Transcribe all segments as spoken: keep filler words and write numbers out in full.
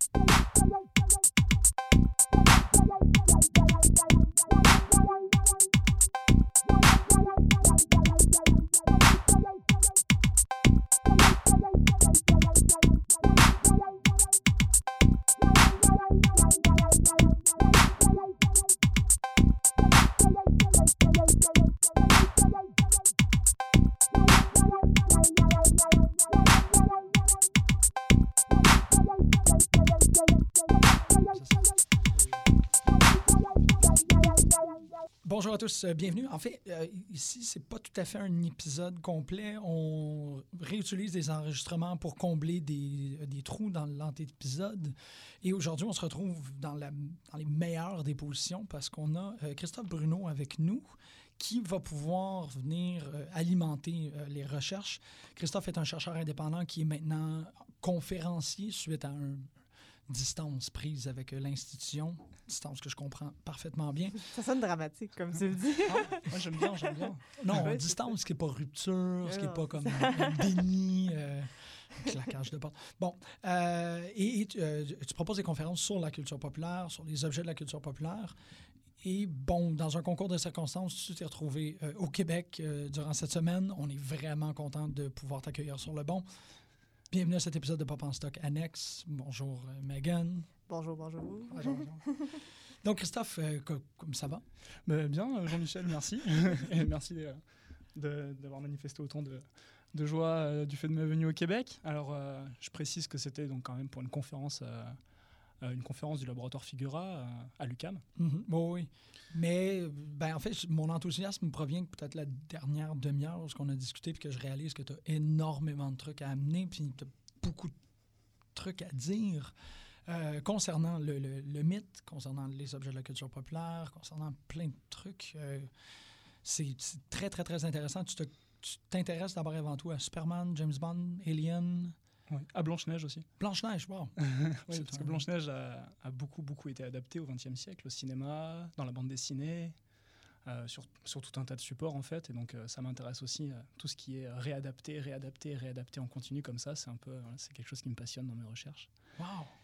Bonjour à tous, euh, bienvenue. En fait, euh, ici, c'est pas tout à fait un épisode complet. On réutilise des enregistrements pour combler des, des trous dans l'antépisode. Et aujourd'hui, on se retrouve dans, la, dans les meilleures des positions parce qu'on a euh, Christophe Bruno avec nous qui va pouvoir venir euh, alimenter euh, les recherches. Christophe est un chercheur indépendant qui est maintenant conférencier suite à un distance prise avec euh, l'institution, distance que je comprends parfaitement bien. Ça sonne dramatique, comme tu le dis. Ah, moi, j'aime bien, j'aime bien. Non, Ouais, distance, ce qui n'est pas rupture, Ouais, ce qui n'est non, pas comme un déni, euh, claquage de porte. Bon, euh, et, et tu, euh, tu proposes des conférences sur la culture populaire, sur les objets de la culture populaire. Et bon, dans un concours de circonstances, tu t'es retrouvé euh, au Québec euh, durant cette semaine. On est vraiment content de pouvoir t'accueillir sur le bon. Bienvenue à cet épisode de Pop en Stock Annexe. Bonjour, euh, Megan. Bonjour, bonjour. Bonjour, bonjour. Donc, Christophe, euh, co- comme ça va? Ben, bien, Jean-Michel, merci. Et merci euh, de, d'avoir manifesté autant de, de joie euh, du fait de ma venue au Québec. Alors, euh, je précise que c'était donc quand même pour une conférence, euh, euh, une conférence du laboratoire Figura euh, à l'U Q A M. Mm-hmm. Bon, oui. Mais, ben, en fait, mon enthousiasme provient que peut-être la dernière demi-heure où on a discuté puis que je réalise que tu as énormément de trucs à amener puis tu as beaucoup de trucs à dire euh, concernant le, le, le mythe, concernant les objets de la culture populaire, concernant plein de trucs. Euh, c'est, c'est très, très, très intéressant. Tu, te, tu t'intéresses d'abord et avant tout à Superman, James Bond, Alien... Oui. À Blanche-Neige aussi. Blanche-Neige, wow! Oui, C'est parce un- que Blanche-Neige a, a beaucoup, beaucoup été adaptée au vingtième siècle, au cinéma, dans la bande dessinée, euh, sur, sur tout un tas de supports en fait. Et donc euh, ça m'intéresse aussi, euh, tout ce qui est réadapté, réadapté, réadapté en continu comme ça. C'est un peu, voilà, c'est quelque chose qui me passionne dans mes recherches. Wow!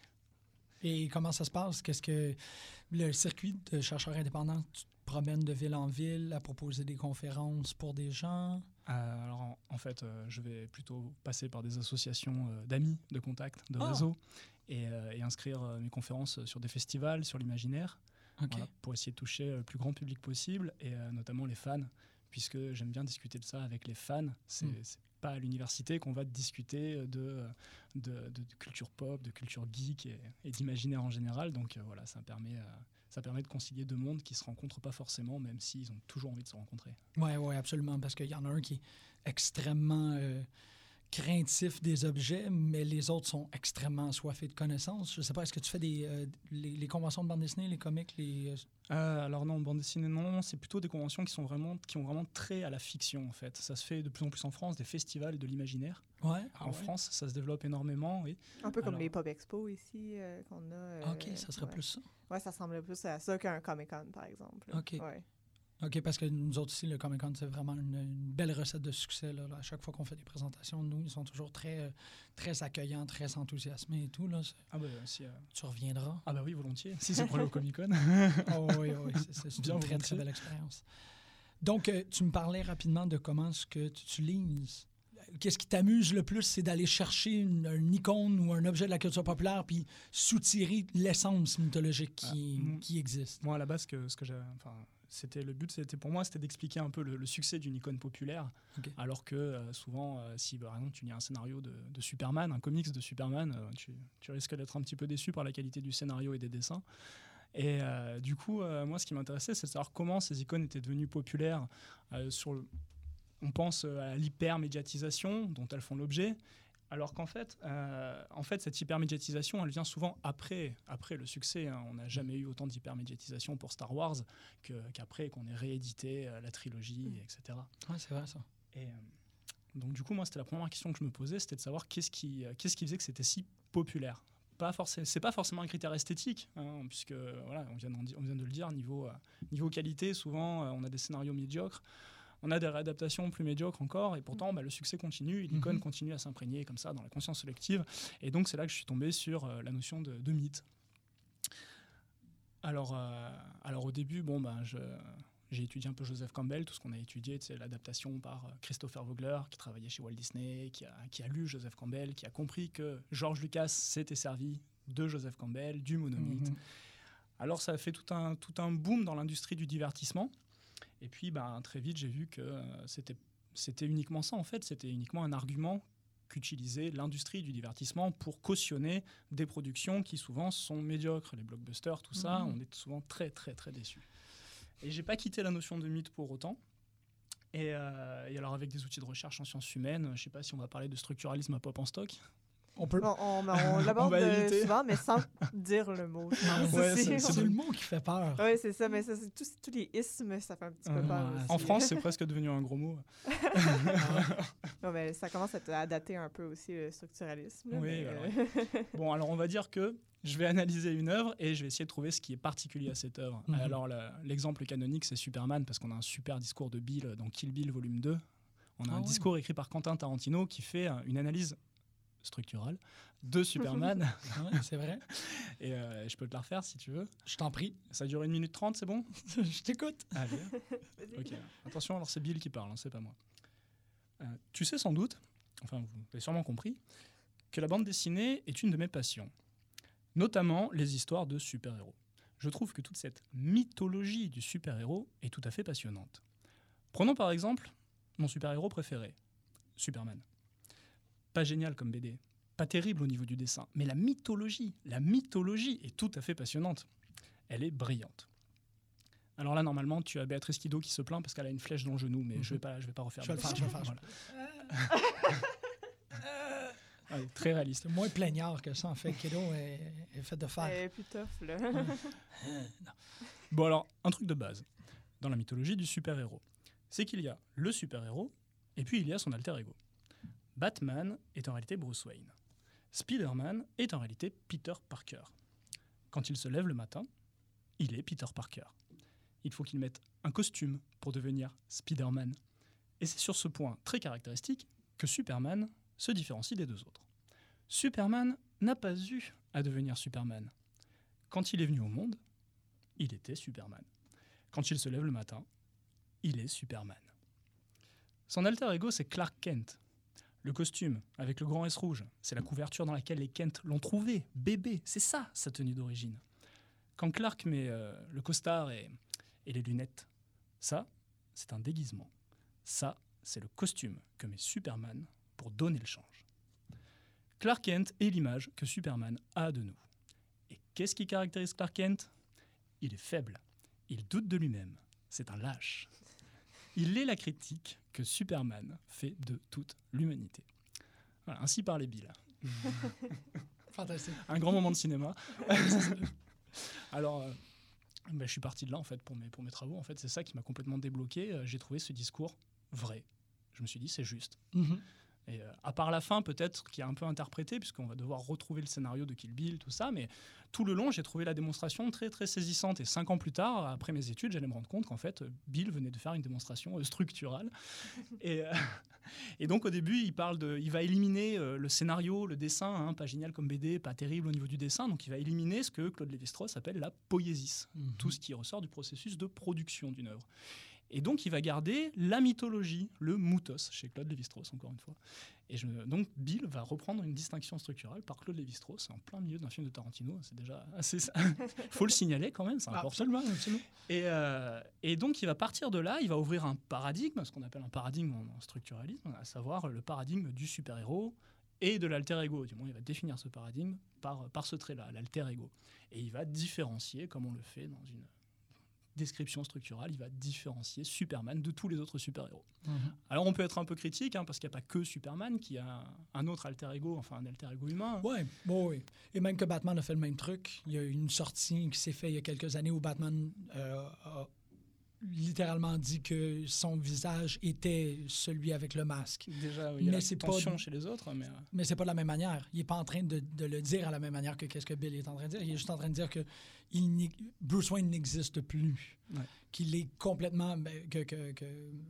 Et comment ça se passe? Qu'est-ce que le circuit de chercheurs indépendants, tu te promènes de ville en ville à proposer des conférences pour des gens? Euh, alors en, en fait, euh, je vais plutôt passer par des associations euh, d'amis, de contacts, de Ah. réseaux, et, euh, et inscrire euh, mes conférences sur des festivals, sur l'imaginaire, OK. voilà, pour essayer de toucher euh, le plus grand public possible, et euh, notamment les fans, puisque j'aime bien discuter de ça avec les fans. C'est, Mm. c'est pas à l'université qu'on va discuter de, de, de, de culture pop, de culture geek et, et d'imaginaire en général. Donc euh, voilà, ça permet, euh, ça permet de concilier deux mondes qui ne se rencontrent pas forcément, même s'ils ont toujours envie de se rencontrer. Oui, oui, absolument. Parce qu'il y en a un qui est extrêmement euh, craintif des objets, mais les autres sont extrêmement assoiffés de connaissances. Je ne sais pas, est-ce que tu fais des, euh, les, les conventions de bande dessinée, les comics, les... euh, Euh, alors non, bande dessinée non, c'est plutôt des conventions qui, sont vraiment, qui ont vraiment trait à la fiction en fait. Ça se fait de plus en plus en France, des festivals de l'imaginaire. Ouais? Ah en ouais? France, ça se développe énormément, oui. Un peu comme Alors- les Pop Expo ici euh, qu'on a. euh, OK, ça serait ouais. plus ça. Ouais, ça ressemble plus à ça qu'un Comic-Con, par exemple. là. OK. Ouais. OK, parce que nous autres ici, le Comic-Con, c'est vraiment une, une belle recette de succès. Là, là. À chaque fois qu'on fait des présentations, nous, ils sont toujours très, euh, très accueillants, très enthousiasmés et tout. Là. C'est- Ah bah, si, euh, Tu reviendras. ah bah oui, volontiers, si c'est pour aller au Comic-Con. Oh, oui, oui, c'est, c'est, c'est Bien une très, très volontiers. belle expérience. Donc, euh, tu me parlais rapidement de comment ce que tu utilises. Qu'est-ce qui t'amuse le plus, c'est d'aller chercher une, une icône ou un objet de la culture populaire puis soutirer l'essence mythologique qui, Ah, mm. qui existe. Moi, à la base, ce que, ce que j'ai, enfin, c'était le but, c'était pour moi, c'était d'expliquer un peu le, le succès d'une icône populaire, OK. alors que euh, souvent, euh, si par exemple tu lis un scénario de, de Superman, un comics de Superman, euh, tu, tu risques d'être un petit peu déçu par la qualité du scénario et des dessins. Et euh, du coup, euh, moi, ce qui m'intéressait, c'est de savoir comment ces icônes étaient devenues populaires. Euh, sur le, on pense euh, à l'hypermédiatisation dont elles font l'objet. Alors qu'en fait, euh, en fait, cette hypermédiatisation, elle vient souvent après, après le succès. Hein. On n'a jamais eu autant d'hypermédiatisation pour Star Wars que, qu'après qu'on ait réédité euh, la trilogie, Mm. et cetera. Ouais, c'est vrai, ça. Et euh, donc du coup, moi, c'était la première question que je me posais, c'était de savoir qu'est-ce qui, euh, qu'est-ce qui faisait que c'était si populaire. Pas forcément, c'est pas forcément un critère esthétique, hein, puisque voilà, on vient, d'en di- on vient de le dire, niveau, euh, niveau qualité, souvent, euh, on a des scénarios médiocres. on a des réadaptations plus médiocres encore, et pourtant bah, le succès continue, et l'icône mm-hmm. continue à s'imprégner comme ça dans la conscience collective. Et donc c'est là que je suis tombé sur euh, la notion de, de mythe. Alors, euh, alors au début, bon, ben, je, j'ai étudié un peu Joseph Campbell, tout ce qu'on a étudié, c'est l'adaptation par Christopher Vogler, qui travaillait chez Walt Disney, qui a, qui a lu Joseph Campbell, qui a compris que George Lucas s'était servi de Joseph Campbell, du monomythe. Mm-hmm. Alors ça a fait tout un, tout un boom dans l'industrie du divertissement. Et puis ben, très vite, j'ai vu que euh, c'était, c'était uniquement ça, en fait. C'était uniquement un argument qu'utilisait l'industrie du divertissement pour cautionner des productions qui souvent sont médiocres. Les blockbusters, tout ça, mmh. on est souvent très, très, très déçus. Et j'ai pas quitté la notion de mythe pour autant. Et, euh, et alors avec des outils de recherche en sciences humaines, je sais pas si on va parler de structuralisme à pop en stock. On peut. On, on, on l'aborde on souvent, mais sans dire le mot. Ouais, c'est, c'est, c'est le mot qui fait peur. Oui, c'est ça, mais ça, c'est tous, tous les ismes, ça fait un petit peu euh, peur. Ouais, aussi. En France, c'est presque devenu un gros mot. Non, mais ça commence à, te, à dater un peu aussi le structuralisme. Là, oui. Mais, Alors, euh... Bon, alors on va dire que je vais analyser une œuvre et je vais essayer de trouver ce qui est particulier à cette œuvre. Mm-hmm. Alors la, l'exemple canonique, c'est Superman, parce qu'on a un super discours de Bill dans Kill Bill volume deux. On a ah, un ouais. discours écrit par Quentin Tarantino qui fait une analyse structurale de Superman. Ouais, c'est vrai. Et euh, je peux te la refaire si tu veux. Je t'en prie. Ça dure une minute trente, c'est bon? Je t'écoute. Allez. Ok. Attention, alors c'est Bill qui parle, hein, c'est pas moi. Euh, tu sais sans doute, enfin vous avez sûrement compris, que la bande dessinée est une de mes passions. Notamment les histoires de super-héros. Je trouve que toute cette mythologie du super-héros est tout à fait passionnante. Prenons par exemple mon super-héros préféré, Superman. Pas génial comme B D, pas terrible au niveau du dessin, mais la mythologie, la mythologie est tout à fait passionnante. Elle est brillante. Alors là, normalement, tu as Béatrice Kiddo qui se plaint parce qu'elle a une flèche dans le genou, mais mm-hmm. je ne vais pas, je vais pas refaire. Je vais le faire, je vais le faire. Voilà. Allez, très réaliste. C'est moins plaignard que ça, en fait. Kiddo est, est fait de fer. Elle est plus tough, là. Non. Bon, alors, un truc de base dans la mythologie du super-héros, c'est qu'il y a le super-héros et puis il y a son alter ego. Batman est en réalité Bruce Wayne. Spider-Man est en réalité Peter Parker. Quand il se lève le matin, il est Peter Parker. Il faut qu'il mette un costume pour devenir Spider-Man. Et c'est sur ce point très caractéristique que Superman se différencie des deux autres. Superman n'a pas eu à devenir Superman. Quand il est venu au monde, il était Superman. Quand il se lève le matin, il est Superman. Son alter ego, c'est Clark Kent. Le costume, avec le grand S rouge, c'est la couverture dans laquelle les Kent l'ont trouvé, bébé, c'est ça, sa tenue d'origine. Quand Clark met euh, le costard et, et les lunettes, ça, c'est un déguisement. Ça, c'est le costume que met Superman pour donner le change. Clark Kent est l'image que Superman a de nous. Et qu'est-ce qui caractérise Clark Kent ? Il est faible, il doute de lui-même, c'est un lâche. Il est la critique que Superman fait de toute l'humanité. Voilà, ainsi parlait Bill. Fantastique. Un grand moment de cinéma. Alors, euh, ben, je suis parti de là en fait pour mes, pour mes travaux. En fait, c'est ça qui m'a complètement débloqué. Euh, j'ai trouvé ce discours vrai. Je me suis dit, c'est juste. Mm-hmm. Et euh, à part la fin, peut-être, qui est un peu interprétée, puisqu'on va devoir retrouver le scénario de Kill Bill, tout ça, mais tout le long, j'ai trouvé la démonstration très, très saisissante. Et cinq ans plus tard, après mes études, j'allais me rendre compte qu'en fait, Bill venait de faire une démonstration euh, structurale. et, euh, et donc, au début, il, parle de, il va éliminer euh, le scénario, le dessin, hein, pas génial comme B D, pas terrible au niveau du dessin. Donc, il va éliminer ce que Claude Lévi-Strauss appelle la poiesis, mm-hmm. tout ce qui ressort du processus de production d'une œuvre. Et donc, il va garder la mythologie, le mythos, chez Claude Lévi-Strauss, encore une fois. Et je, donc, Bill va reprendre une distinction structurale par Claude Lévi-Strauss, en plein milieu d'un film de Tarantino. C'est déjà assez... Il faut le signaler quand même, c'est important. Absolument, absolument. Et, euh, et donc, il va partir de là, il va ouvrir un paradigme, ce qu'on appelle un paradigme en, en structuralisme, à savoir le paradigme du super-héros et de l'alter ego. Du moins, il va définir ce paradigme par, par ce trait-là, l'alter ego. Et il va différencier, comme on le fait dans une description structurale, il va différencier Superman de tous les autres super-héros. Mmh. Alors on peut être un peu critique, hein, parce qu'il n'y a pas que Superman qui a un autre alter ego, enfin un alter ego humain. Oui, bon, oui. Et même que Batman a fait le même truc. Il y a une sortie qui s'est faite il y a quelques années où Batman euh, a littéralement dit que son visage était celui avec le masque. Déjà, oui, il y a mais la c'est tension pas, chez les autres. Mais, euh... mais c'est pas de la même manière. Il n'est pas en train de, de le dire à la même manière que qu'est-ce que Bill est en train de dire. Il est juste en train de dire que il Bruce Wayne n'existe plus. Ouais. Qu'il est complètement... Que, que, que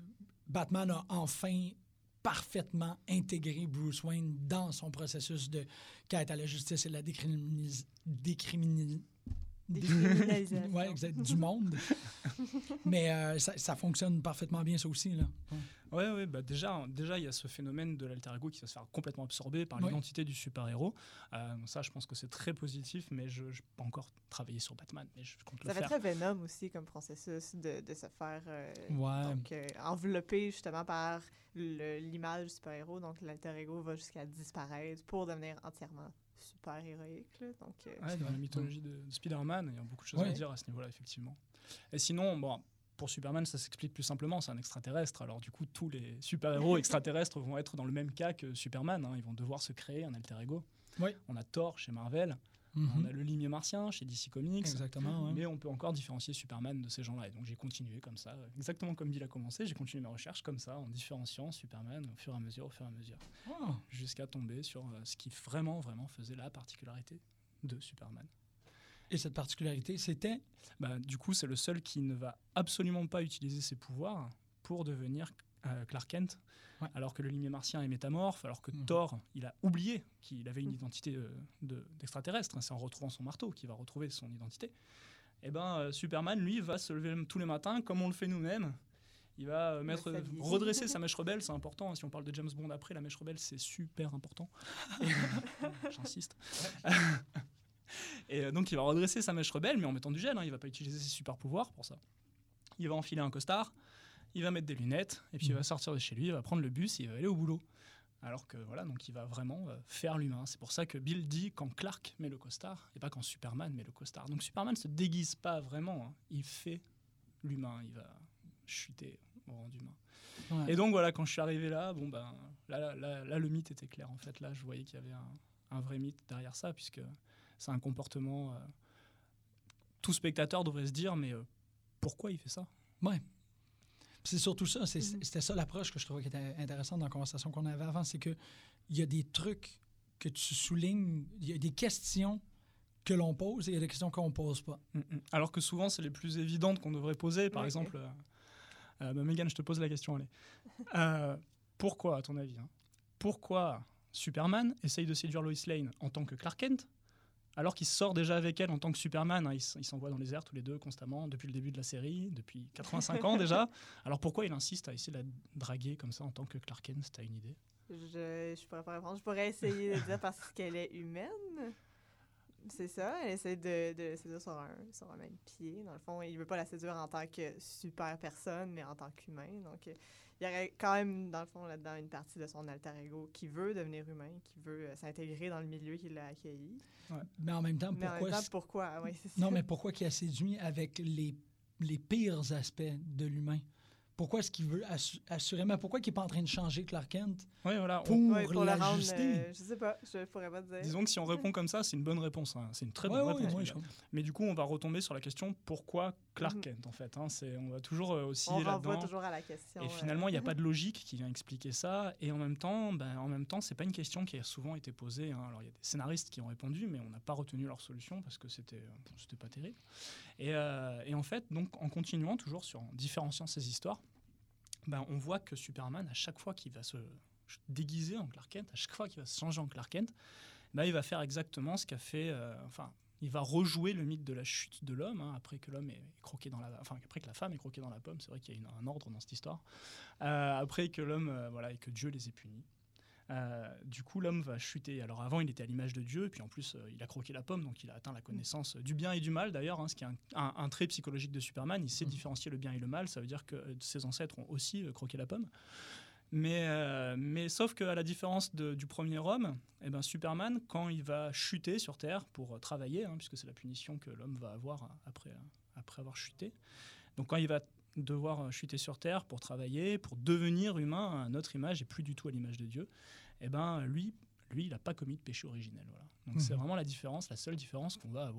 Batman a enfin parfaitement intégré Bruce Wayne dans son processus de quête à la justice et de la décriminis- décriminis- Décriminalisation. ouais, exact, du monde. Mais euh, ça, ça fonctionne parfaitement bien, ça aussi. Là. Ouais. Ouais, ouais, bah déjà, déjà, il y a ce phénomène de l'alter ego qui va se faire complètement absorber par Ouais. l'identité du super-héros. Euh, ça, je pense que c'est très positif, mais je n'ai pas encore travaillé sur Batman, mais je compte Ça le fait faire. très Venom aussi comme processus de, de se faire euh, Ouais. donc, euh, envelopper justement par le- l'image du super-héros. Donc l'alter ego va jusqu'à disparaître pour devenir entièrement super-héroïque. Là. Donc, euh, Ouais, dans la mythologie de, de Spider-Man, il y a beaucoup de choses Ouais. à dire à ce niveau-là, effectivement. Et sinon, bon, pour Superman, ça s'explique plus simplement, c'est un extraterrestre. Alors du coup, tous les super-héros extraterrestres vont être dans le même cas que Superman. Hein. Ils vont devoir se créer un alter ego. Ouais. On a Thor chez Marvel, Mhm. on a le Limier Martien chez D C Comics. Exactement. Ouais. Mais on peut encore différencier Superman de ces gens-là. Et donc j'ai continué comme ça, exactement comme Bill a commencé, j'ai continué mes recherches comme ça, en différenciant Superman au fur et à mesure, au fur et à mesure, Oh. jusqu'à tomber sur euh, ce qui vraiment, vraiment faisait la particularité de Superman. Et cette particularité, c'était... Bah, du coup, c'est le seul qui ne va absolument pas utiliser ses pouvoirs pour devenir euh, Clark Kent, Ouais. alors que le Limier Martien est métamorphe, alors que Mhm. Thor, il a oublié qu'il avait une Mhm. identité euh, de- d'extraterrestre. C'est en retrouvant son marteau qu'il va retrouver son identité. Et ben, euh, Superman, lui, va se lever tous les matins, comme on le fait nous-mêmes. Il va euh, mettre, s'habiller. redresser sa mèche rebelle, c'est important. Si on parle de James Bond après, la mèche rebelle, c'est super important. Et, j'insiste. Et euh, donc, il va redresser sa mèche rebelle, mais en mettant du gel. Hein, il va pas utiliser ses super pouvoirs pour ça. Il va enfiler un costard, il va mettre des lunettes, et puis il va sortir de chez lui, il va prendre le bus et il va aller au boulot. Alors que voilà, donc il va vraiment euh, faire l'humain. C'est pour ça que Bill dit quand Clark met le costard, et pas quand Superman met le costard. Donc Superman se déguise pas vraiment, hein. Il fait l'humain, il va chuter au rang d'humain. Ouais. Et donc voilà, quand je suis arrivé là, bon ben là, là, là, là, le mythe était clair en fait. Là, je voyais qu'il y avait un, un vrai mythe derrière ça, puisque c'est un comportement. Euh, tout spectateur devrait se dire, mais euh, pourquoi il fait ça? Ouais. Puis c'est surtout ça, c'est- Mhm. c'était ça l'approche que je trouvais qui était intéressante dans la conversation qu'on avait avant, c'est qu'il y a des trucs que tu soulignes, il y a des questions que l'on pose et il y a des questions qu'on ne pose pas. Mm, mm. Alors que souvent, c'est les plus évidentes qu'on devrait poser. Par Oui. exemple, euh, euh, bah, Mégane, je te pose la question, allez. Euh, pourquoi, à ton avis, hein, pourquoi Superman essaye de séduire Lois Lane en tant que Clark Kent, alors qu'il sort déjà avec elle en tant que Superman, hein, ils s- ils s'envoient dans les airs tous les deux constamment, depuis le début de la série, depuis quatre-vingt-cinq ans déjà. Alors pourquoi il insiste à essayer de la draguer comme ça en tant que Clark Kent? T'as une idée? Je, je pourrais pas répondre. Je pourrais essayer de dire parce qu'elle est humaine. C'est ça. Elle essaie de, de la séduire sur un, sur un même pied. Dans le fond, il veut pas la séduire en tant que super personne, mais en tant qu'humain. Donc, euh, il y aurait quand même, dans le fond, là-dedans, une partie de son alter ego qui veut devenir humain, qui veut euh, s'intégrer dans le milieu qui l'a accueilli. Mais en même temps, Mais en pourquoi... même temps, pourquoi? Oui, c'est ça. Non, mais pourquoi qu'il a séduit avec les, les pires aspects de l'humain? Pourquoi est-ce qu'il veut assu- assurément... Pourquoi qu'il n'est pas en train de changer Clark Kent Oui, voilà. pour, on- Ouais, pour le rendre, l'ajuster? euh, je sais pas, je pourrais pas te dire. Disons que si on répond comme ça, c'est une bonne réponse. Hein. C'est une très Ouais, bonne ouais, réponse. ouais, Mégane. je comprends. Mais du coup, on va retomber sur la question pourquoi Clark Mhm. Kent en fait. Hein. C'est, on va toujours euh, On osciller renvoie là-dedans. toujours à la question. Et euh, finalement, il n'y a pas de logique qui vient expliquer ça. Et en même temps, ben, en même temps, c'est pas une question qui a souvent été posée. Hein. Alors, il y a des scénaristes qui ont répondu, mais on n'a pas retenu leur solution parce que c'était, euh, bon, c'était pas terrible. Et, euh, et en fait, donc, en continuant toujours sur en différenciant ces histoires, ben, on voit que Superman, à chaque fois qu'il va se déguiser en Clark Kent, à chaque fois qu'il va se changer en Clark Kent, ben, il va faire exactement ce qu'a fait. Euh, enfin, il va rejouer le mythe de la chute de l'homme, hein, après que l'homme est croqué dans la, enfin après que la femme est croquée dans la pomme. C'est vrai qu'il y a une- un ordre dans cette histoire. Euh, après que l'homme, euh, voilà, et que Dieu les ait punis. Euh, du coup, l'homme va chuter. Alors avant, il était à l'image de Dieu, et puis en plus, euh, il a croqué la pomme, donc il a atteint la connaissance du bien et du mal. D'ailleurs, hein, ce qui est un, un- un trait psychologique de Superman, il sait Mhm. différencier le bien et le mal. Ça veut dire que euh, ses ancêtres ont aussi euh, croqué la pomme. Mais, euh, mais sauf qu'à la différence de- du premier homme, eh ben Superman, quand il va chuter sur Terre pour euh, travailler, hein, puisque c'est la punition que l'homme va avoir après, euh, après avoir chuté, donc quand il va devoir euh, chuter sur Terre pour travailler, pour devenir humain à notre image et plus du tout à l'image de Dieu, eh ben lui, lui il n'a pas commis de péché originel. Voilà. Donc Mhm. c'est vraiment la différence, la seule différence qu'on va avoir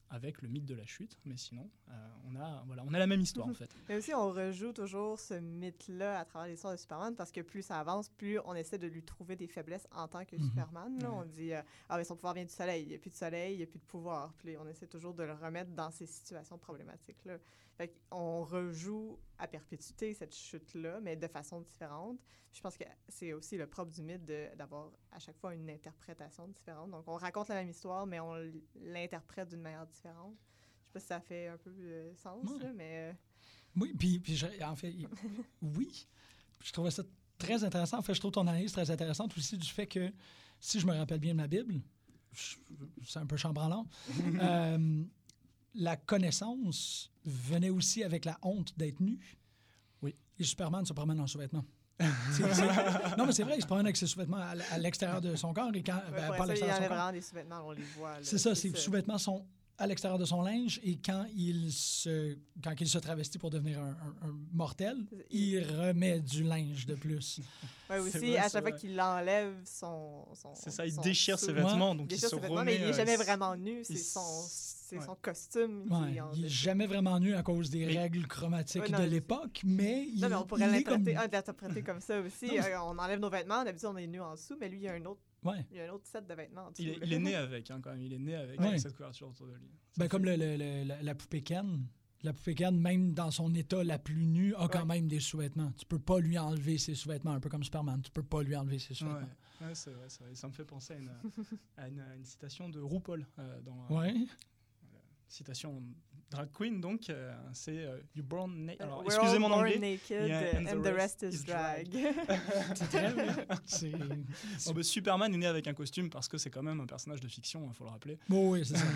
avec le mythe de la chute, mais sinon, euh, on, a, voilà, on a la même histoire en fait. Mais aussi, on rejoue toujours ce mythe-là à travers l'histoire de Superman parce que plus ça avance, plus on essaie de lui trouver des faiblesces en tant que Mhm. Superman. Là. Ouais. On dit euh, ah, mais son pouvoir vient du soleil, il n'y a plus de soleil, il n'y a plus de pouvoir. Puis on essaie toujours de le remettre dans ces situations problématiques-là. Fait qu'on rejoue à perpétuité cette chute-là, mais de façon différente. Je pense que c'est aussi le propre du mythe de, d'avoir à chaque fois une interprétation différente. Donc, on raconte la même histoire, mais on l'interprète d'une manière différente. Je sais pas si ça fait un peu euh, sens, Ouais. là, mais... euh, Oui, puis, puis je- en fait, il- oui. Je trouvais ça très intéressant. En fait, je trouve ton analyse très intéressante aussi du fait que, si je me rappelle bien de ma Bible, je- c'est un peu chambranlant, euh, la connaissance venait aussi avec la honte d'être nu. Oui. Et Superman se promène en sous-vêtements. C'est- c'est- non, mais c'est vrai, il se promène avec ses sous-vêtements à, l- à l'extérieur de son corps. Et quand, ouais, ben, pour pas à ça, il y l'extérieur en de a son corps. vraiment des sous-vêtements, on les voit. là. C'est ça, ses ça. sous-vêtements sont à l'extérieur de son linge et quand il se, quand il se travestit pour devenir un, un- un mortel, il remet du linge de plus. Ouais, C'est aussi, vrai, à c'est chaque fois vrai. qu'il enlève son, son C'est ça, il son déchire ses sous- vêtements, Il donc il déchire se ses vêtements, remet... mais il n'est euh, jamais il s- vraiment nu. C'est il son, s- c'est ouais. son costume Ouais, qui en il n'est déchire. jamais vraiment nu à cause des Mais- règles chromatiques Ouais, non, de je- l'époque, mais il, Non, mais on pourrait il est comme... l'interpréter, ah, l'interpréter comme ça aussi. Non, mais- Euh, on enlève nos vêtements, d'habitude on est nu en dessous, mais lui, il y a un autre, Ouais. il y a un autre set de vêtements en dessous. Il est, là. il est né avec, hein, quand même. Il est né avec, Ouais. avec cette couverture autour de lui. Ça Ben, fait- comme le, le- le- la, la poupée Ken. La poupée Ken, même dans son état la plus nue, a quand Ouais. même des sous-vêtements. Tu peux pas lui enlever ses sous-vêtements, un peu comme Superman. Tu peux pas lui enlever ses Ouais, sous-vêtements. ouais, c'est vrai, c'est vrai. Ça me fait penser à une, à une, à une citation de RuPaul. Euh, dans, euh, Ouais. citation drag queen, donc, euh, c'est euh, You born naked. Alors, We're excusez all mon born anglais. naked, Yeah, uh, and, the rest, is drag. C'est très vrai. C'est... Oh, bah, Superman est né avec un costume parce que c'est quand même un personnage de fiction, il faut le rappeler. Bon, oui, c'est ça.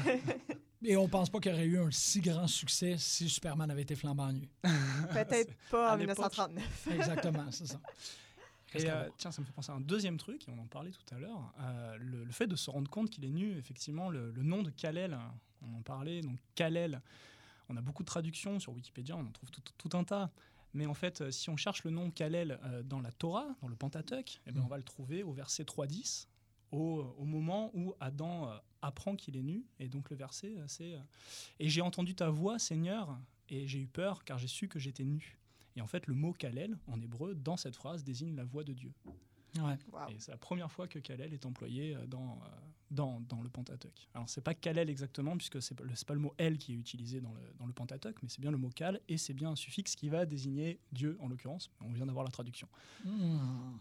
Et on pense pas qu'il y aurait eu un si grand succès si Superman avait été flambant nu. Peut-être pas à en l'époque. dix-neuf cent trente-neuf. Exactement, c'est ça. Reste Et à euh, voir. tiens, ça me fait penser à un deuxième truc, et on en parlait tout à l'heure, euh, le, le fait de se rendre compte qu'il est nu, effectivement, le, le nom de Kal-El, hein, on en parlait, donc Kal-El, on a beaucoup de traductions sur Wikipédia, on en trouve tout, tout un tas, mais en fait, euh, si on cherche le nom Kal-El euh, dans la Torah, dans le Pentateuque, eh ben, Mm. on va le trouver au verset trois dix, au, au moment où Adam euh, apprend qu'il est nu, et donc le verset, euh, c'est euh, « Et j'ai entendu ta voix, Seigneur, et j'ai eu peur, car j'ai su que j'étais nu. » Et en fait, le mot Kal-El, en hébreu, dans cette phrase, désigne la voix de Dieu. Ouais. Wow. Et c'est la première fois que Kal-El est employé euh, dans, euh, dans, dans le Pentateuque. Alors, c'est pas Kal-El exactement, puisque c'est pas, le- c'est pas le mot El qui est utilisé dans le, dans le Pentateuque, mais c'est bien le mot Kal, et c'est bien un suffixe qui va désigner Dieu, en l'occurrence. On vient d'avoir la traduction. Hmm.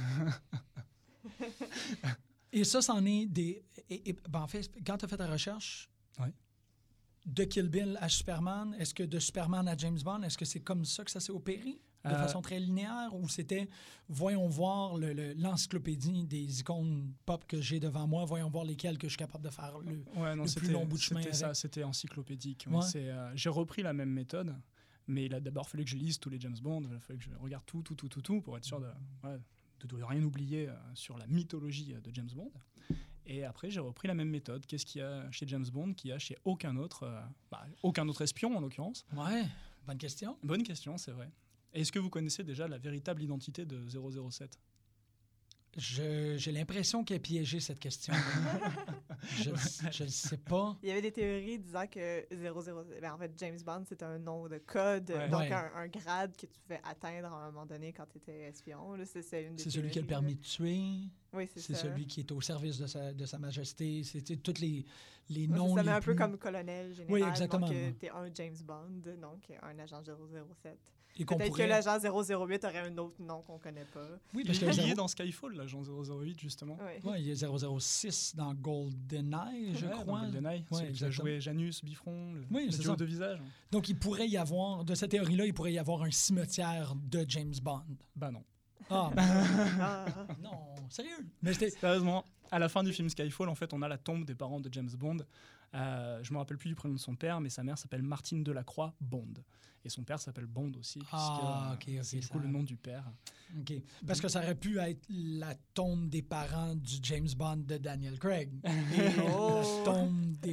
Et ça, c'en est des... Et, et, ben, en fait, quand tu as fait ta recherche, Ouais. de Kill Bill à Superman, est-ce que de Superman à James Bond, est-ce que c'est comme ça que ça s'est opéré? De Euh, façon très linéaire? Ou c'était, voyons voir le- le- l'encyclopédie des icônes pop que j'ai devant moi, voyons voir lesquelles que je suis capable de faire le... Ouais, non, le c'était plus long bout de chemin c'était ça, avec. c'était encyclopédique. ouais. Ouais. C'est, euh, j'ai repris la même méthode, mais il a d'abord fallu que je lise tous les James Bond, il a fallu que je regarde tout, tout, tout, tout, tout, pour être sûr de, ouais, de, de rien oublier euh, sur la mythologie euh, de James Bond. Et après, j'ai repris la même méthode. Qu'est-ce qu'il y a chez James Bond qu'il y a chez aucun autre, euh, bah, aucun autre espion en l'occurrence? Ouais, bonne question. Bonne question, c'est vrai. Est-ce que vous connaissez déjà la véritable identité de zéro zéro sept? Je- j'ai l'impression qu'elle est piégée, cette question. je ne sais pas. Il y avait des théories disant que zéro zéro, ben en fait, James Bond, c'était un nom de code, Ouais. donc Ouais. un, un grade que tu pouvais atteindre à un moment donné quand tu étais espion. là. C'est, c'est une des C'est celui qui a le théories, permis de tuer. là. Oui, c'est, C'est ça. celui qui est au service de sa, de sa majesté. C'était tous les, les Ouais, noms ça les met un peu plus... comme colonel général. Oui, exactement. Donc, tu es un James Bond, donc un agent zéro zéro sept. et qu'on Peut-être pourrait- que l'agent zéro zéro huit aurait un autre nom qu'on connaît pas. Oui, Il parce que est zéro- lié dans Skyfall, l'agent zéro zéro huit, justement. Ouais. ouais, il y a zéro zéro six dans GoldenEye, je Ouais, crois. dans GoldenEye, Ouais, celui qui a exactement. joué Janus, Bifron, le, Oui, le c'est duo ça. de visage. Donc, il pourrait y avoir, de cette théorie-là, il pourrait y avoir un cimetière de James Bond. Bah non. Ah, ben, Ah, non, sérieux. Mais c'était... Sérieusement, à la fin du film Skyfall, en fait, on a la tombe des parents de James Bond. Euh, je me rappelle plus du prénom de son père, mais sa mère s'appelle Martine Delacroix Bond. Et son père s'appelle Bond aussi, puisque Ah, euh, ok, ok, c'est du ça- coup le nom du père. OK. Parce que ça aurait pu être la tombe des parents du James Bond de Daniel Craig. Et Oh. la tombe des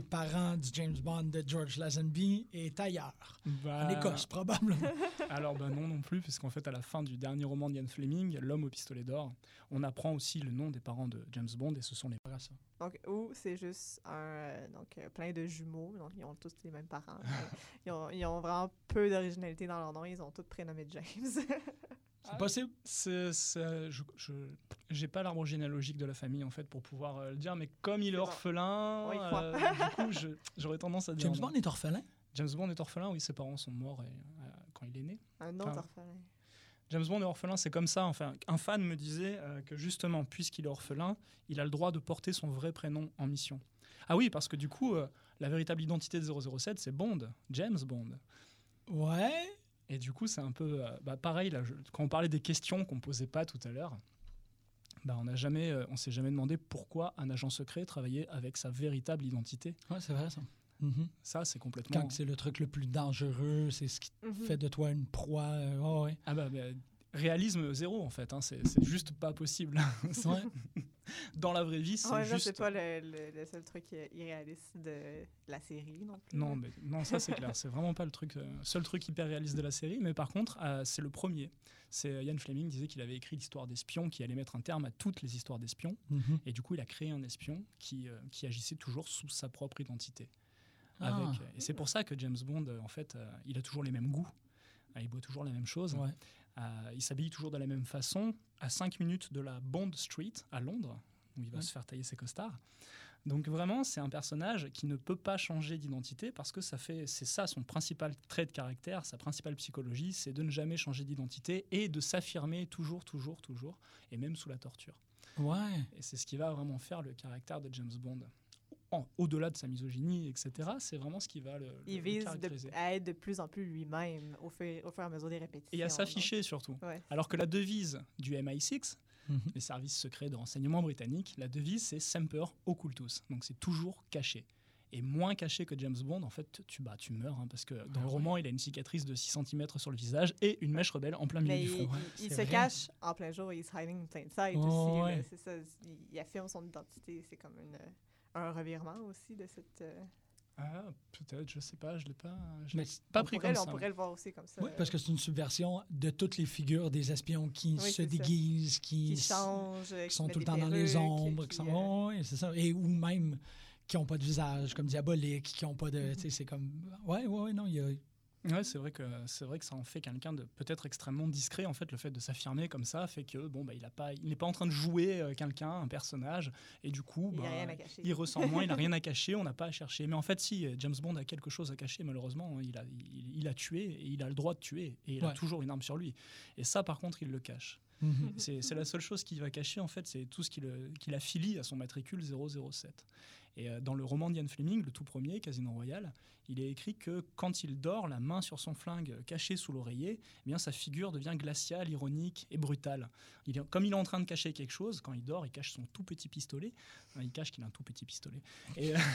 parents du James Bond de George Lazenby est ailleurs. Bah, En Écosse, probablement. Alors bah non non plus, puisqu'en fait à la fin du dernier roman d'Ian Fleming, L'homme au pistolet d'or, on apprend aussi le nom des parents de James Bond et ce sont les parents. Donc, ou c'est juste un, euh, donc, euh, plein de jumeaux, donc ils ont tous les mêmes parents. ils, ont, ils ont vraiment peu d'originalité dans leur nom, ils ont tous prénommé James. C'est possible. C'est, c'est, je, je, j'ai pas l'arbre généalogique de la famille en fait pour pouvoir euh, le dire, mais comme il est, C'est bon. orphelin, On y croit. euh, du coup je, j'aurais tendance à dire. James non. Bond est orphelin? James Bond est orphelin, oui, ses parents sont morts et, euh, quand il est né. Un autre Enfin, orphelin. James Bond est orphelin, c'est comme ça. Enfin, un fan me disait euh, que justement, puisqu'il est orphelin, il a le droit de porter son vrai prénom en mission. Ah oui, parce que du coup, euh, la véritable identité de zéro zéro sept, c'est Bond, James Bond. Ouais. Et du coup, c'est un peu euh, bah, pareil. Là, je, quand on parlait des questions qu'on posait pas tout à l'heure, bah, on n'a jamais, euh, on s'est jamais demandé pourquoi un agent secret travaillait avec sa véritable identité. Ouais, c'est vrai ça. Mm-hmm. Ça, c'est complètement. Quand c'est le truc le plus dangereux, c'est ce qui Mm-hmm. fait de toi une proie. Euh, oh, ouais. Ah bah, bah, réalisme zéro en fait. Hein, c'est, c'est juste pas possible. Ouais. Dans la vraie vie, c'est Ouais, juste. c'est pas le, le, le seul truc euh, irréaliste de la série non plus. Non, mais, non, ça c'est clair. C'est vraiment pas le truc, euh, seul truc hyper réaliste de la série. Mais par contre, euh, c'est le premier. C'est euh, Ian Fleming disait qu'il avait écrit l'histoire d'espion qui allait mettre un terme à toutes les histoires d'espions. Mm-hmm. Et du coup, il a créé un espion qui, euh, qui agissait toujours sous sa propre identité. Ah. Avec, et c'est pour ça que James Bond, euh, en fait, euh, il a toujours les mêmes goûts. Euh, il boit toujours la même chose. Ouais. Euh, il s'habille toujours de la même façon. À cinq minutes de la Bond Street, à Londres, où il va Ouais. se faire tailler ses costards. Donc vraiment, c'est un personnage qui ne peut pas changer d'identité parce que ça fait, c'est ça son principal trait de caractère, sa principale psychologie, c'est de ne jamais changer d'identité et de s'affirmer toujours, toujours, toujours, et même sous la torture. Ouais. Et c'est ce qui va vraiment faire le caractère de James Bond. En, au-delà de sa misogynie, et cetera, c'est vraiment ce qui va le, le, Il le vise caractériser. de, à être de plus en plus lui-même au fur, au fur et à mesure des répétitions. Et à s'afficher surtout. Ouais. Alors que la devise du M I six, Mm-hmm. les services secrets de renseignement britanniques, la devise c'est Semper Occultus, donc c'est toujours caché. Et moins caché que James Bond, en fait, tu, bah, tu meurs, hein, parce que dans le roman, il a une cicatrice de six centimètres sur le visage et une mèche rebelle en plein milieu Mais du il, front. il- il C'est se vrai. cache en plein jour, il se hiding in plain sight Oh, aussi. ouais. là, c'est ça, il, il affirme son identité. C'est comme une, un revirement aussi de cette. euh, Ah, peut-être, je sais pas, je l'ai pas, je Mais l'ai pas on pris pourrait, comme on ça. pourrait le voir aussi comme ça. Oui, parce que c'est une subversion de toutes les figures des espions qui Oui, se c'est ça. déguisent, qui, qui s- changent, qui sont tout le temps dans les ombres, qui sont, oh, ouais, c'est ça, et ou même qui n'ont pas de visage, comme diabolique, qui n'ont pas de, tu sais, c'est comme, ouais, ouais, ouais, non, il y a, Ouais, c'est vrai que c'est vrai que ça en fait quelqu'un de peut-être extrêmement discret. En fait, le fait de s'affirmer comme ça fait que bon bah il a pas, il n'est pas en train de jouer euh, quelqu'un, un personnage, et du coup Il n'y bah, a rien à cacher. il ressent moins, il n'a rien à cacher, on n'a pas à chercher. Mais en fait, si James Bond a quelque chose à cacher, malheureusement, il a, il, il a tué et il a le droit de tuer et il Ouais. a toujours une arme sur lui. Et ça, par contre, il le cache. Mhm. C'est, c'est la seule chose qu'il va cacher, en fait, c'est tout ce qui, le, qui l'affilie à son matricule zéro zéro sept. Et euh, dans le roman d'Ian Fleming, le tout premier, Casino Royale, il est écrit que quand il dort, la main sur son flingue cachée sous l'oreiller, eh bien, sa figure devient glaciale, ironique et brutale. Il est, comme il est en train de cacher quelque chose, quand il dort, il cache son tout petit pistolet. Enfin, il cache qu'il a un tout petit pistolet. Et, euh,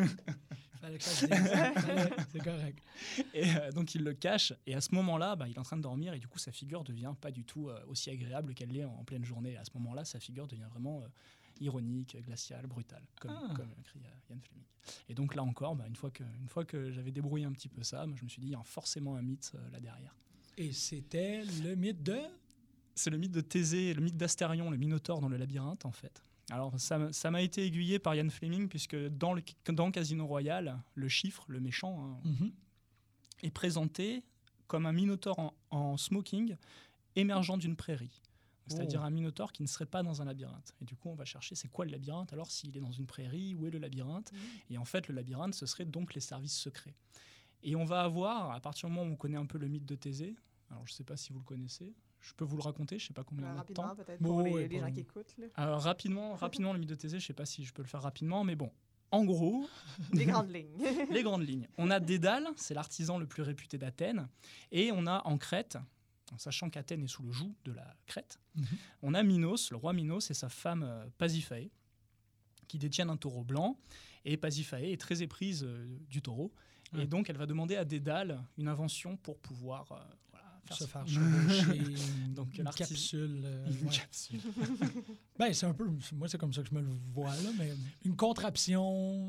Fallait que ça se dise. Fallait- c'est correct. Et euh, donc il le cache, et à ce moment-là, bah, il est en train de dormir, et du coup sa figure devient pas du tout euh, aussi agréable qu'elle l'est en, en pleine journée. À ce moment-là, sa figure devient vraiment euh, ironique, glaciale, brutale, comme, Ah. comme écrit euh, Ian Fleming. Et donc là encore, bah, une fois que, une fois que j'avais débrouillé un petit peu ça, moi, je me suis dit, il y a forcément un mythe euh, là derrière. Et c'était le mythe de... C'est le mythe de Thésée, le mythe d'Astérion, le Minotaure dans le labyrinthe en fait. Alors ça, m- ça m'a été aiguillé par Ian Fleming, puisque dans, le, dans Casino Royale, le chiffre, le méchant, hein, Mhm. est présenté comme un minotaure en, en smoking émergeant d'une prairie. C'est-à-dire Oh. un minotaure qui ne serait pas dans un labyrinthe. Et du coup, on va chercher c'est quoi le labyrinthe alors s'il est dans une prairie, où est le labyrinthe? Et en fait, le labyrinthe, ce serait donc les services secrets. Et on va avoir, à partir du moment où on connaît un peu le mythe de Thésée, alors je ne sais pas si vous le connaissez, je peux vous le raconter, je ne sais pas combien Euh, on a de temps. rapidement, peut-être, Bon, pour les, ouais, les pas gens long. qui écoutent. Là. Alors, rapidement, rapidement, le mythe de Thésée, je ne sais pas si je peux le faire rapidement, mais bon, en gros, Les grandes lignes. les grandes lignes. On a Dédale, c'est l'artisan le plus réputé d'Athènes, et on a en Crète, en sachant qu'Athènes est sous le joug de la Crète, Mhm. on a Minos, le roi Minos et sa femme euh, Pasiphae, qui détiennent un taureau blanc, et Pasiphae est très éprise euh, du taureau, Ouais. et donc elle va demander à Dédale une invention pour pouvoir euh, voilà, Se faire ce- chevaucher une, Donc, une l'artisan- capsule. euh, Une ouais. capsule. Ben, c'est un peu... Moi, c'est comme ça que je me le vois, là, mais une contraption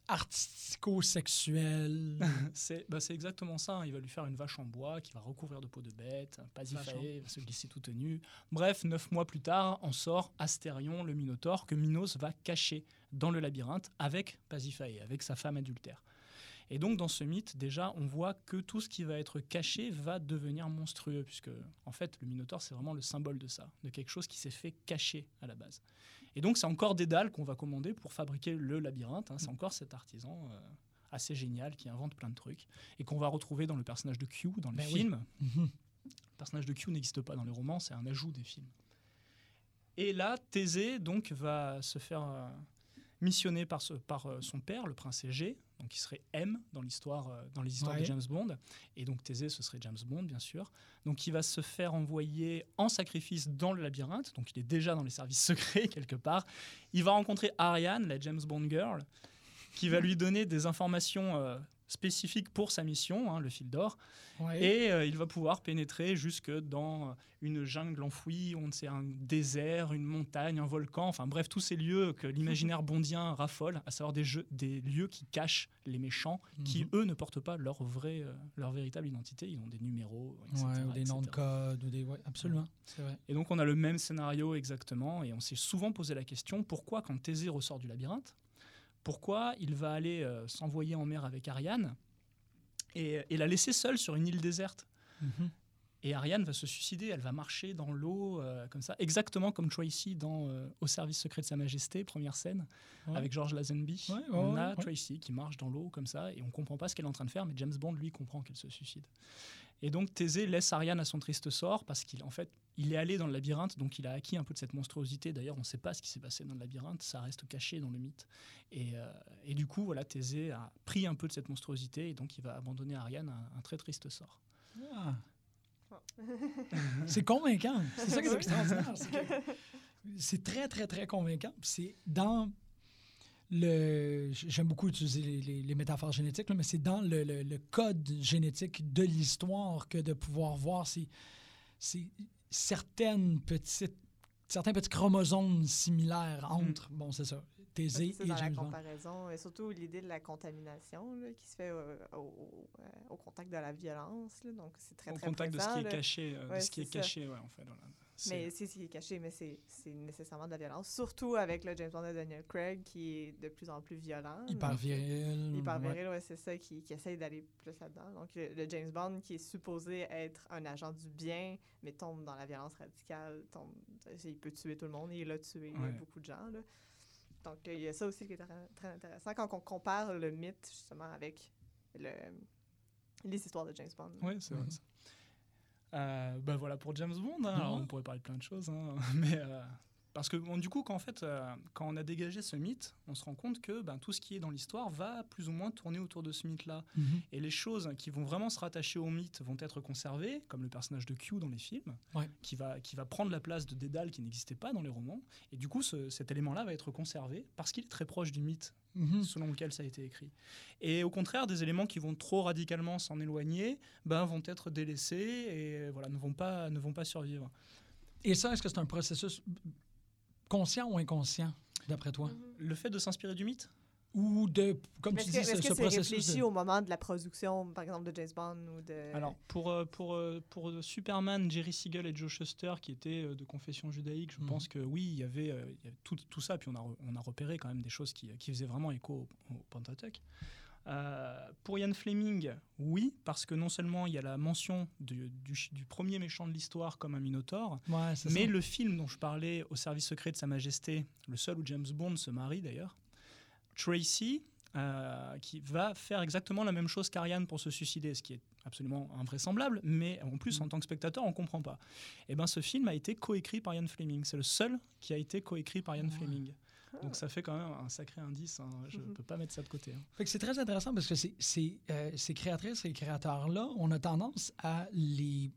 artistico-sexuel. c'est, bah, c'est exactement ça. Hein. Il va lui faire une vache en bois qui va recouvrir de peau de bête. Pasiphae va se glisser tout nu. Bref, neuf mois plus tard, en sort Astérion, le Minotaure, que Minos va cacher dans le labyrinthe avec Pasiphae, avec sa femme adultère. Et donc, dans ce mythe, déjà, on voit que tout ce qui va être caché va devenir monstrueux, puisque, en fait, le Minotaure, c'est vraiment le symbole de ça, de quelque chose qui s'est fait cacher à la base. Et donc, c'est encore Dédale qu'on va commander pour fabriquer le labyrinthe. Hein. C'est encore cet artisan euh, assez génial qui invente plein de trucs et qu'on va retrouver dans le personnage de Q, dans le ben film. Oui. Mm-hmm. Le personnage de Q n'existe pas dans les romans, c'est un ajout des films. Et là, Thésée, donc, va se faire... Euh, missionné par, ce, par euh, son père, le prince Égée, donc qui serait M dans l'histoire, euh, dans les histoires ouais. de James Bond, et donc Thésée, ce serait James Bond, bien sûr. Donc il va se faire envoyer en sacrifice dans le labyrinthe, donc il est déjà dans les services secrets quelque part. Il va rencontrer Ariane, la James Bond girl, qui va lui donner des informations euh, spécifiques pour sa mission, hein, le fil d'or, ouais. et euh, il va pouvoir pénétrer jusque dans une jungle enfouie, on sait, un désert, une montagne, un volcan, enfin bref, tous ces lieux que l'imaginaire bondien raffole, à savoir des, jeux, des lieux qui cachent les méchants, mm-hmm. qui eux ne portent pas leur, vrai, euh, leur véritable identité, ils ont des numéros, et cetera. Ouais, ou des et cetera. noms de code, ou des... Ouais, absolument, ouais. C'est vrai. Et donc on a le même scénario exactement, et on s'est souvent posé la question, pourquoi quand Thésée ressort du labyrinthe, pourquoi il va aller euh, s'envoyer en mer avec Ariane et, et la laisser seule sur une île déserte. Mm-hmm. Et Ariane va se suicider, elle va marcher dans l'eau euh, comme ça, exactement comme Tracy dans euh, Au service secret de Sa Majesté, première scène, ouais. avec George Lazenby. Ouais, ouais, on a ouais. Tracy qui marche dans l'eau comme ça et on ne comprend pas ce qu'elle est en train de faire, mais James Bond, lui, comprend qu'elle se suicide. Et donc Thésée laisse Ariane à son triste sort parce qu'il en fait, il est allé dans le labyrinthe, donc il a acquis un peu de cette monstruosité. D'ailleurs, on ne sait pas ce qui s'est passé dans le labyrinthe, ça reste caché dans le mythe. Et, euh, et du coup, voilà, Thésée a pris un peu de cette monstruosité et donc il va abandonner Ariane à un, un très triste sort. Ah. C'est convaincant. C'est ça qui est extraordinaire. C'est, que c'est très, très, très convaincant. C'est dans le... J'aime beaucoup utiliser les, les, les métaphores génétiques, là, mais c'est dans le, le, le code génétique de l'histoire que de pouvoir voir ces, ces certaines petites, certains petits chromosomes similaires entre, mm. bon, c'est ça, Thésée c'est et dans James la comparaison, et surtout l'idée de la contamination là, qui se fait euh, au, au, au contact de la violence. Là, donc, c'est très, au très contact présent, de ce qui là. est caché. Euh, ouais, de ce qui est ça. caché, ouais, en fait. Voilà. C'est... Mais c'est ce qui est caché, mais c'est, c'est nécessairement de la violence. Surtout avec le James Bond de Daniel Craig, qui est de plus en plus violent. Hyper donc, viril. Hyper ouais. viril, ouais, c'est ça, qui, qui essaye d'aller plus là-dedans. Donc, le, le James Bond, qui est supposé être un agent du bien, mais tombe dans la violence radicale, tombe, il peut tuer tout le monde, et il a tué ouais. beaucoup de gens, là. Donc, il y a ça aussi qui est très intéressant quand on compare le mythe, justement, avec le, les histoires de James Bond. Oui, c'est mm-hmm. vrai ça. Euh, ben voilà pour James Bond. Hein. Mm-hmm. Alors, on pourrait parler de plein de choses, hein. mais euh, parce que bon, du coup, quand, en fait, euh, quand on a dégagé ce mythe, on se rend compte que ben, tout ce qui est dans l'histoire va plus ou moins tourner autour de ce mythe-là. Mm-hmm. Et les choses qui vont vraiment se rattacher au mythe vont être conservées, comme le personnage de Q dans les films, ouais. qui va qui va prendre la place de Dédale qui n'existait pas dans les romans. Et du coup, ce, cet élément-là va être conservé parce qu'il est très proche du mythe. Mmh. Selon lequel ça a été écrit. Et au contraire, des éléments qui vont trop radicalement s'en éloigner ben, vont être délaissés et voilà, ne, vont pas, ne vont pas survivre. Et ça, est-ce que c'est un processus conscient ou inconscient, d'après toi? Mmh. Le fait de s'inspirer du mythe? Ou de, comme est-ce tu que, dis, est-ce ce, que ce c'est processus réfléchi de... au moment de la production, par exemple, de James Bond ou de... Alors, pour, pour, pour, pour Superman, Jerry Siegel et Joe Shuster, qui étaient de confession judaïque, je mmh. pense que oui, il y avait, il y avait tout, tout ça, puis on a, on a repéré quand même des choses qui, qui faisaient vraiment écho au, au Pentateuch. Euh, pour Ian Fleming, oui, parce que non seulement il y a la mention du, du, du premier méchant de l'histoire comme un Minotaure, ouais, mais ça. Le film dont je parlais, Au service secret de Sa Majesté, le seul où James Bond se marie d'ailleurs, Tracy... Euh, qui va faire exactement la même chose qu'Ariane pour se suicider, ce qui est absolument invraisemblable, mais en plus, mmh. en tant que spectateur, on ne comprend pas. Et ben, ce film a été coécrit par Ian Fleming. C'est le seul qui a été coécrit par Ian oh. Fleming. Donc ça fait quand même un sacré indice. Hein. Je ne mmh. peux pas mettre ça de côté. Hein. Fait que c'est très intéressant parce que c'est, c'est, euh, ces créatrices et créateurs-là, on a tendance à les,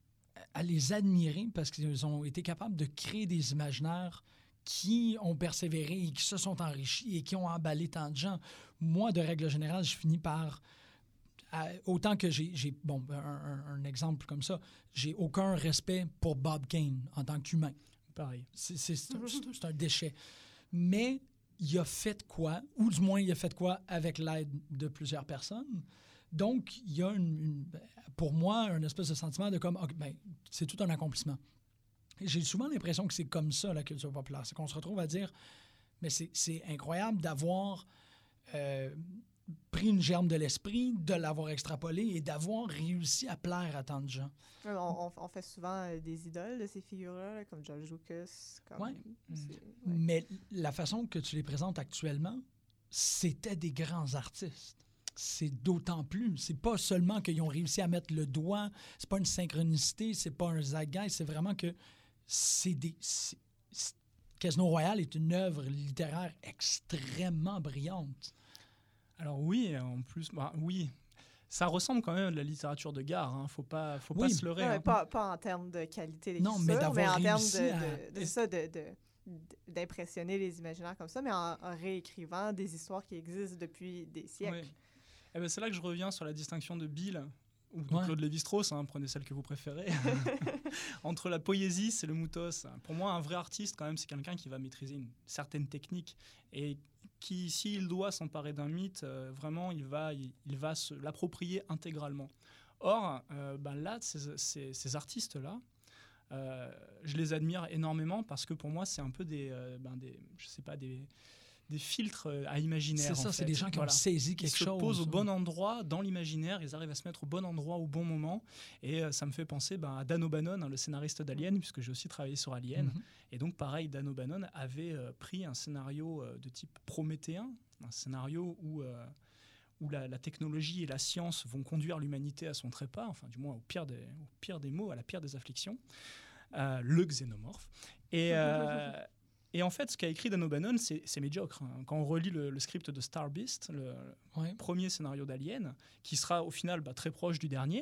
à les admirer parce qu'ils ont été capables de créer des imaginaires qui ont persévéré et qui se sont enrichis et qui ont emballé tant de gens. Moi, de règle générale, je finis par... À, autant que j'ai... j'ai bon, un, un, un exemple comme ça, j'ai aucun respect pour Bob Kane en tant qu'humain. Pareil. C'est, c'est, c'est, un, c'est, un, c'est un déchet. Mais il a fait quoi, ou du moins il a fait quoi avec l'aide de plusieurs personnes. Donc, il y a, une, une, pour moi, un espèce de sentiment de comme, okay, ben, c'est tout un accomplissement. J'ai souvent l'impression que c'est comme ça, la culture populaire. C'est qu'on se retrouve à dire, mais c'est, c'est incroyable d'avoir euh, pris une germe de l'esprit, de l'avoir extrapolé et d'avoir réussi à plaire à tant de gens. On, on, on fait souvent euh, des idoles de ces figures-là, là, comme George Lucas. Comme, ouais. ouais. Mais la façon que tu les présentes actuellement, c'était des grands artistes. C'est d'autant plus. C'est pas seulement qu'ils ont réussi à mettre le doigt, c'est pas une synchronicité, c'est pas un zeitgeist, c'est vraiment que c'est des... C'est, c'est, Casino Royale est une œuvre littéraire extrêmement brillante. Alors oui, en plus, bah, oui, ça ressemble quand même à de la littérature de gare. Hein. Faut pas, faut oui. pas se leurrer. Ouais, hein. pas, pas en termes de qualité d'écriture, non, mais, mais en termes de, de, de, à... de ça, de, de, d'impressionner les imaginaires comme ça, mais en, en réécrivant des histoires qui existent depuis des siècles. Oui. Eh ben, c'est là que je reviens sur la distinction de Bill ou de ouais. Claude Lévi-Strauss, hein, prenez celle que vous préférez, entre la poésie et le mythos. Pour moi, un vrai artiste, quand même, c'est quelqu'un qui va maîtriser une certaine technique et qui, s'il doit s'emparer d'un mythe, euh, vraiment, il va, il, il va se l'approprier intégralement. Or, euh, ben là, ces, ces, ces artistes-là, euh, je les admire énormément parce que pour moi, c'est un peu des, euh, ben des je sais pas, des... des filtres à imaginaire. C'est ça, en c'est fait. des gens qui voilà. ont saisi quelque chose. Ils se chose, posent au bon endroit dans l'imaginaire, ils arrivent à se mettre au bon endroit au bon moment. Et euh, ça me fait penser ben, à Dan O'Bannon, hein, le scénariste d'Alien, puisque j'ai aussi travaillé sur Alien. Mm-hmm. Et donc, pareil, Dan O'Bannon avait euh, pris un scénario euh, de type prométhéen, un scénario où, euh, où la, la technologie et la science vont conduire l'humanité à son trépas, enfin, du moins au pire des, au pire des maux, à la pire des afflictions, euh, le xénomorphe. Et. Euh, Et en fait, ce qu'a écrit Dan O'Bannon, c'est, c'est médiocre. Hein. Quand on relit le, le script de Star Beast, le ouais. premier scénario d'Alien, qui sera au final bah, très proche du dernier,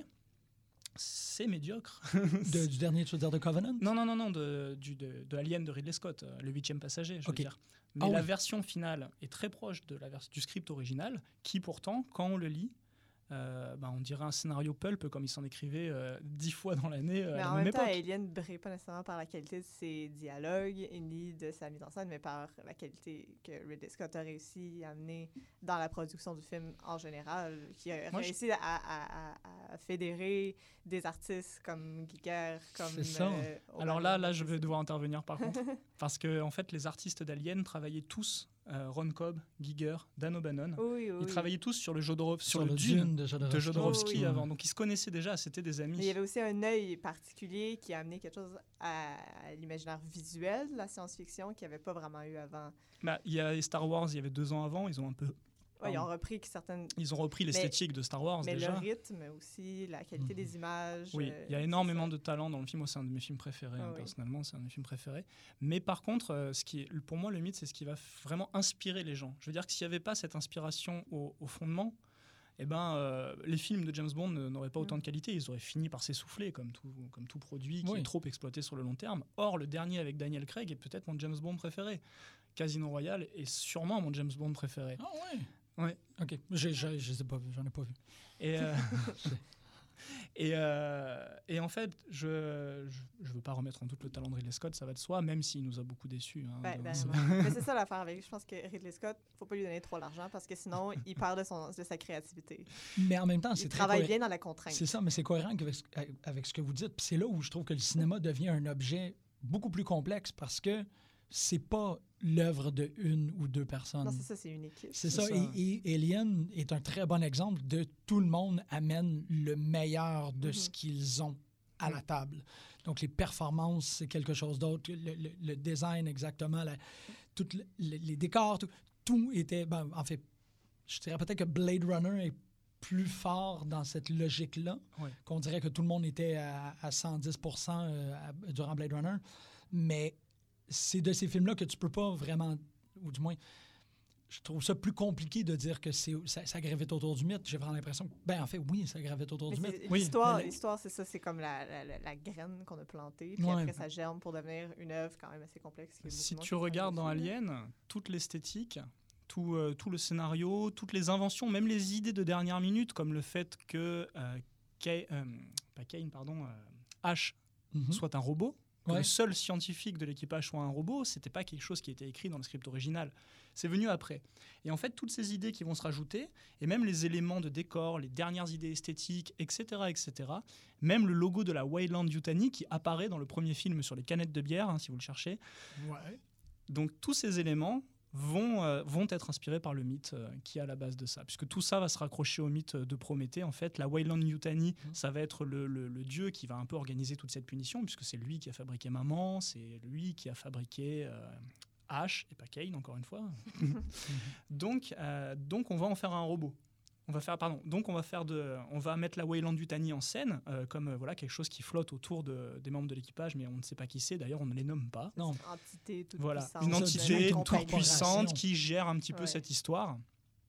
c'est médiocre. de, du dernier, tu veux dire de Covenant ? Non, non, non, non de, du, de, de Alien de Ridley Scott, le huitième passager, je okay. veux dire. Mais ah, la oui. version finale est très proche de la vers- du script original, qui pourtant, quand on le lit, Euh, bah, on dirait un scénario pulp comme il s'en écrivait euh, dix fois dans l'année euh, mais à en la même, même temps, époque. Alien ne brille pas nécessairement par la qualité de ses dialogues ni de sa mise en scène, mais par la qualité que Ridley Scott a réussi à amener dans la production du film en général, qui a Moi, réussi je... à, à, à fédérer des artistes comme Giger, comme... C'est ça. Euh, Alors là, là, je vais devoir intervenir par contre, parce que en fait, les artistes d'Alien travaillaient tous, euh, Ron Cobb, Giger, Dan O'Bannon, oui, oui, ils travaillaient tous sur le Jodorov, sur, sur le, le Dune, Dune de Jodorowsky, de Jodorowsky oh, oui. avant, donc ils se connaissaient déjà, c'était des amis. Mais il y avait aussi un œil particulier qui a amené quelque chose à, à l'imaginaire visuel de la science-fiction qu'il n'y avait pas vraiment eu avant. Bah, il y a Star Wars, il y avait deux ans avant, ils ont un peu... Ouais, ils ont repris certaines... Ils ont repris l'esthétique mais, de Star Wars mais déjà. Mais le rythme aussi, la qualité mmh. des images... Oui, euh, il y a énormément de talent dans le film. Moi, c'est un de mes films préférés, ah, hein, oui. personnellement. C'est un de mes films préférés. Mais par contre, euh, ce qui est, pour moi, le mythe, c'est ce qui va vraiment inspirer les gens. Je veux dire que s'il n'y avait pas cette inspiration au, au fondement, eh ben, euh, les films de James Bond n'auraient pas mmh. autant de qualité. Ils auraient fini par s'essouffler, comme tout, comme tout produit qui oui. est trop exploité sur le long terme. Or, le dernier avec Daniel Craig est peut-être mon James Bond préféré. Casino Royale est sûrement mon James Bond préféré. Ah ouais. Ouais. Ok, je je pas vu, j'en ai pas vu. Et euh, et, euh, et en fait, je, je je veux pas remettre en doute le talent de Ridley Scott, ça va de soi, même s'il nous a beaucoup déçus. Hein, ben, dans, ben, ce... mais c'est ça l'affaire avec. Je pense que Ridley Scott, faut pas lui donner trop d'argent parce que sinon, il perd de son de sa créativité. Mais en même temps, il c'est travaille très bien dans la contrainte. C'est ça, mais c'est cohérent avec, avec ce que vous dites. Puis c'est là où je trouve que le cinéma devient un objet beaucoup plus complexe parce que c'est pas l'œuvre de une ou deux personnes. Non, c'est ça, c'est une équipe. C'est, c'est ça, ça. Et, et Alien est un très bon exemple de tout le monde amène le meilleur de mm-hmm. ce qu'ils ont à mm. la table. Donc, les performances, c'est quelque chose d'autre. Le, le, le design, exactement. La, tout le, le, les décors, tout, tout était... Ben, en fait, je dirais peut-être que Blade Runner est plus fort dans cette logique-là, oui. qu'on dirait que tout le monde était à, à cent dix pour cent à, durant Blade Runner. Mais c'est de ces films-là que tu peux pas vraiment, ou du moins, je trouve ça plus compliqué de dire que c'est, ça, ça gravite autour du mythe. J'ai vraiment l'impression que, ben en fait, oui, ça gravite autour mais du mythe. L'histoire, oui, l'histoire, c'est ça, c'est comme la, la, la, la graine qu'on a plantée, puis ouais. après ça germe pour devenir une œuvre quand même assez complexe. Si tu regardes dans Alien, toute l'esthétique, tout, euh, tout le scénario, toutes les inventions, même les idées de dernière minute, comme le fait que euh, Kay, euh, pas Kane, pardon, euh, Ash mm-hmm. soit un robot, Que Ouais. le seul scientifique de l'équipage soit un robot, c'était pas quelque chose qui était écrit dans le script original. C'est venu après. Et en fait, toutes ces idées qui vont se rajouter, et même les éléments de décor, les dernières idées esthétiques, et cetera, et cetera, même le logo de la Weyland Yutani qui apparaît dans le premier film sur les canettes de bière, hein, si vous le cherchez. Ouais. Donc tous ces éléments vont, euh, vont être inspirés par le mythe euh, qui est à la base de ça. Puisque tout ça va se raccrocher au mythe de Prométhée. En fait, la Weyland Yutani, mmh. ça va être le, le, le dieu qui va un peu organiser toute cette punition, puisque c'est lui qui a fabriqué Maman, c'est lui qui a fabriqué euh, Ash, et pas Kane, encore une fois. donc, euh, donc on va en faire un robot. On va faire, pardon, donc on va, faire de, on va mettre la Weyland Yutani en scène euh, comme euh, voilà, quelque chose qui flotte autour de, des membres de l'équipage, mais on ne sait pas qui c'est, d'ailleurs on ne les nomme pas. Non. Une entité toute voilà, puissante. Une entité une toute puissante qui gère un petit peu ouais. cette histoire.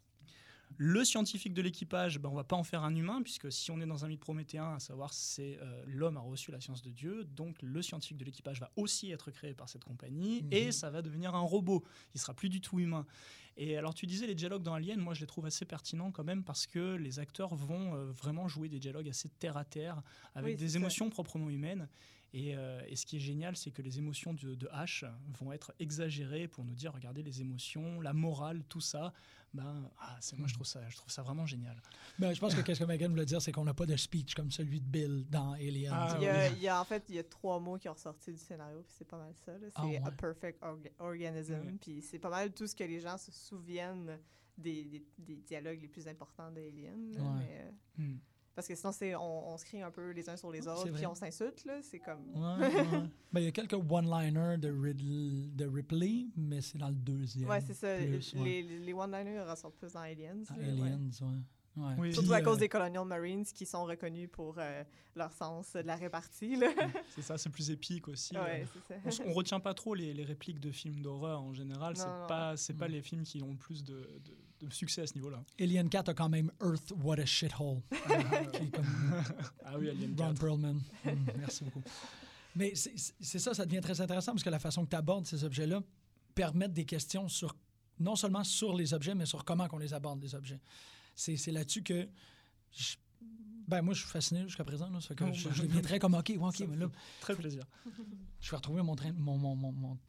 Le scientifique de l'équipage, ben, on ne va pas en faire un humain, puisque si on est dans un mythe prométhéen, à savoir c'est euh, l'homme a reçu la science de Dieu, donc le scientifique de l'équipage va aussi être créé par cette compagnie, mmh. et ça va devenir un robot. Il ne sera plus du tout humain. Et alors tu disais les dialogues dans Alien, moi je les trouve assez pertinents quand même, parce que les acteurs vont euh, vraiment jouer des dialogues assez terre à terre, avec oui, des émotions ça. proprement humaines. Et, euh, et ce qui est génial, c'est que les émotions de, de Ash vont être exagérées pour nous dire, regardez les émotions, la morale, tout ça. Ben, ah, c'est, moi, je trouve ça, je trouve ça vraiment génial. Ben, je pense que qu'est-ce que Megan voulait dire, c'est qu'on n'a pas de speech comme celui de Bill dans Alien. Ah, il, y a, il y a, en fait, il y a trois mots qui ont ressorti du scénario, puis c'est pas mal ça. Là. C'est ah, ouais. a perfect orga- organism, mm-hmm. puis c'est pas mal tout ce que les gens se souviennent des, des, des dialogues les plus importants d'Alien. Ouais. Mais, euh, mm. Parce que sinon, c'est, on, on se crie un peu les uns sur les autres, puis on s'insulte, là. C'est comme... Ouais, ouais. Ben, il y a quelques one-liners de, Ridley, de Ripley, mais c'est dans le deuxième. Ouais, c'est ça. Plus, les, ouais. les, les one-liners ressortent plus dans Aliens. Dans là, Aliens, ouais. ouais. Ouais. Oui. Surtout à euh... cause des Colonial Marines qui sont reconnus pour euh, leur sens de la répartie. Là. C'est ça, c'est plus épique aussi. Ouais, euh, c'est ça. On ne retient pas trop les, les répliques de films d'horreur en général. Non, c'est non. pas, c'est mm. pas les films qui ont le plus de, de, de succès à ce niveau-là. Alien quatre a quand même Earth, what a shithole. comme... Ah oui, Alien Ron quatre. Perlman. Mm, merci beaucoup. Mais c'est, c'est ça, ça devient très intéressant parce que la façon que tu abordes ces objets-là permettent des questions sur, non seulement sur les objets, mais sur comment on les aborde, les objets. C'est, c'est là-dessus que... Je, ben moi, je suis fasciné jusqu'à présent. Là, ça fait que oh, je, je deviens très comme OK, OK, ça mais là... Très plaisir. Je vais retrouver mon train... Mon, mon, mon, mon,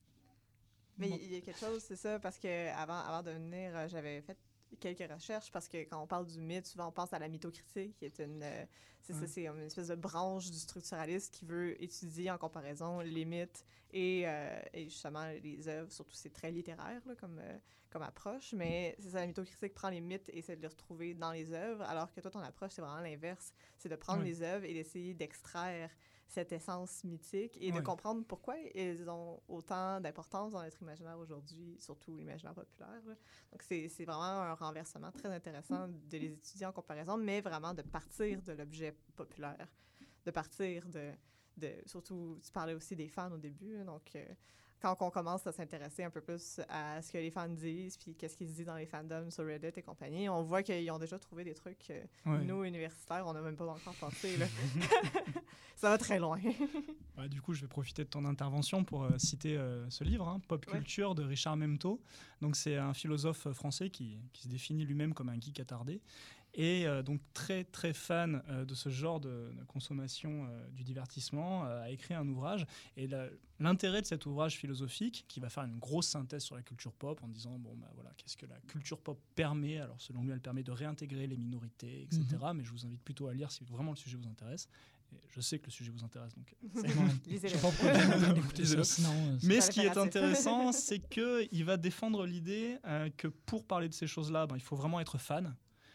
mais il y a quelque chose, c'est ça, parce que avant, avant de venir, euh, j'avais fait quelques recherches, parce que quand on parle du mythe, souvent on pense à la mythocritique, qui est une... Euh, c'est ouais. ça, c'est une espèce de branche du structuralisme qui veut étudier en comparaison les mythes et, euh, et justement les œuvres, surtout c'est très littéraire là, comme, euh, comme approche, mais c'est ça, la mythocritique prend les mythes et essaie de les retrouver dans les œuvres, alors que toi, ton approche, c'est vraiment l'inverse, c'est de prendre ouais. les œuvres et d'essayer d'extraire cette essence mythique et ouais. de comprendre pourquoi ils ont autant d'importance dans notre imaginaire aujourd'hui, surtout l'imaginaire populaire. Là. Donc, c'est, c'est vraiment un renversement très intéressant de les étudier en comparaison, mais vraiment de partir de l'objet populaire, de partir de... de surtout, tu parlais aussi des fans au début, hein, donc... Euh, quand on commence à s'intéresser un peu plus à ce que les fans disent, puis qu'est-ce qui se dit dans les fandoms sur Reddit et compagnie, on voit qu'ils ont déjà trouvé des trucs que ouais. nous, universitaires, on n'a même pas encore pensé. Là. Ça va très loin. Ouais, du coup, je vais profiter de ton intervention pour euh, citer euh, ce livre, hein, Pop Culture, ouais. de Richard Memto. Donc, c'est un philosophe français qui, qui se définit lui-même comme un geek attardé. Et euh, donc très très fan euh, de ce genre de, de consommation euh, du divertissement, euh, a écrit un ouvrage. Et la, l'intérêt de cet ouvrage philosophique, qui va faire une grosse synthèse sur la culture pop en disant bon bah voilà, qu'est-ce que la culture pop permet. Alors selon lui, elle permet de réintégrer les minorités, et cetera. Mm-hmm. Mais je vous invite plutôt à lire si vraiment le sujet vous intéresse. Et je sais que le sujet vous intéresse, donc. Lisez-le. Lisez-le. Sinon, mais ce qui est intéressant, c'est que il va défendre l'idée euh, que pour parler de ces choses-là, ben, il faut vraiment être fan.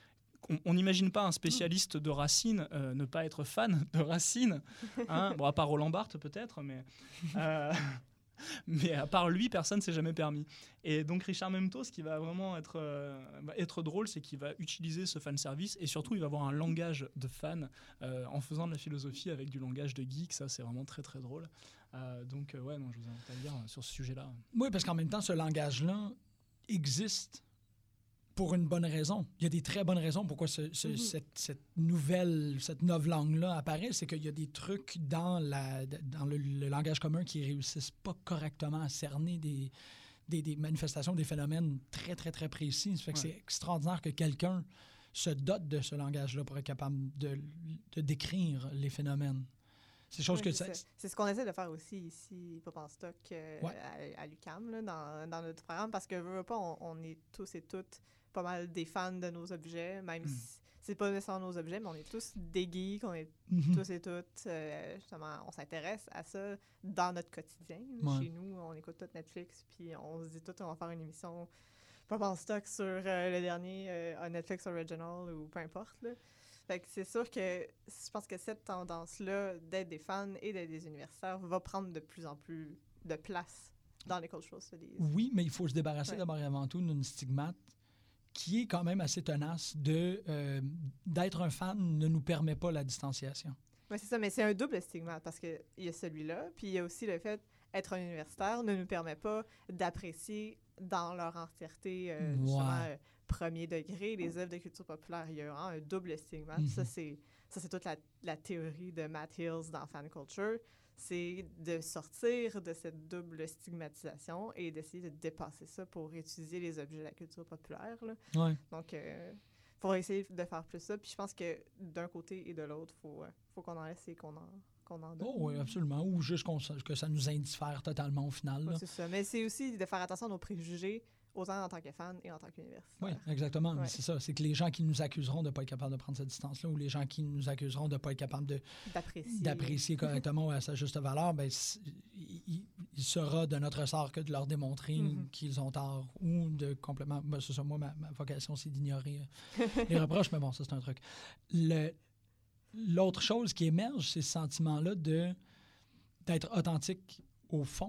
On n'imagine pas un spécialiste de Racine euh, ne pas être fan de Racine. Hein, bon, à part Roland Barthes, peut-être, mais, euh, mais à part lui, personne ne s'est jamais permis. Et donc, Richard Memto, ce qui va vraiment être, euh, être drôle, c'est qu'il va utiliser ce fanservice et surtout, il va avoir un langage de fan euh, en faisant de la philosophie avec du langage de geek. Ça, c'est vraiment très, très drôle. Euh, donc, euh, ouais, non, je vous invite à lire sur ce sujet-là. Oui, parce qu'en même temps, ce langage-là existe pour une bonne raison. Il y a des très bonnes raisons pourquoi ce, ce, mm-hmm. cette, cette nouvelle, cette novlangue-là apparaît. C'est qu'il y a des trucs dans, la, dans le, le langage commun qui ne réussissent pas correctement à cerner des, des, des manifestations, des phénomènes très, très, très précis. Ça fait que ouais. c'est extraordinaire que quelqu'un se dote de ce langage-là pour être capable de, de décrire les phénomènes. C'est chose Oui, que c'est ça... ça. C'est ce qu'on essaie de faire aussi ici, Pop en stock, euh, Ouais. à, à l'U Q A M, là, dans, dans notre programme, parce que, veux, veux pas, on, on est tous et toutes pas mal des fans de nos objets, même Mm. si c'est pas nécessairement nos objets, mais on est tous des geeks, on est Mhm. tous et toutes, euh, justement, on s'intéresse à ça dans notre quotidien. Ouais. Chez nous, on écoute tout Netflix, puis on se dit tout, on va faire une émission Pop en stock sur euh, le dernier euh, Netflix Original ou peu importe, là. Fait que c'est sûr que je pense que cette tendance-là d'être des fans et d'être des universitaires va prendre de plus en plus de place dans les cultural studies. Oui, mais il faut se débarrasser Ouais. d'abord et avant tout d'une stigmate qui est quand même assez tenace de euh, d'être un fan ne nous permet pas la distanciation. Oui, c'est ça, mais c'est un double stigmate parce qu'il y a celui-là, puis il y a aussi le fait d'être un universitaire ne nous permet pas d'apprécier dans leur entièreté, euh, Ouais. justement, euh, premier degré, les œuvres de culture populaire. Il y a vraiment un double stigmate. Mhm. Ça, c'est ça, c'est toute la, la théorie de Matt Hills dans Fan Culture. C'est de sortir de cette double stigmatisation et d'essayer de dépasser ça pour étudier les objets de la culture populaire, là. Ouais. Donc, euh, faut essayer de faire plus ça. Puis je pense que d'un côté et de l'autre, il faut, euh, faut qu'on en laisse et qu'on en, qu'on en donne. Oh, oui, absolument. Ou juste qu'on, sa- que ça nous indiffère totalement au final. Ouais, Là. c'est ça. Mais c'est aussi de faire attention à nos préjugés, autant en tant que fan et en tant qu'universitaire. Oui, exactement. Ouais. C'est ça. C'est que les gens qui nous accuseront de ne pas être capables de prendre cette distance-là ou les gens qui nous accuseront de ne pas être capables de, D'apprécier. d'apprécier correctement ou à sa juste valeur, ben, c- il, il sera de notre sort que de leur démontrer Mhm. qu'ils ont tort ou de complètement... Ben, c'est ça, moi, ma, ma vocation, c'est d'ignorer euh, les reproches, mais bon, ça, c'est un truc. Le, l'autre chose qui émerge, c'est ce sentiment-là de, d'être authentique au fond,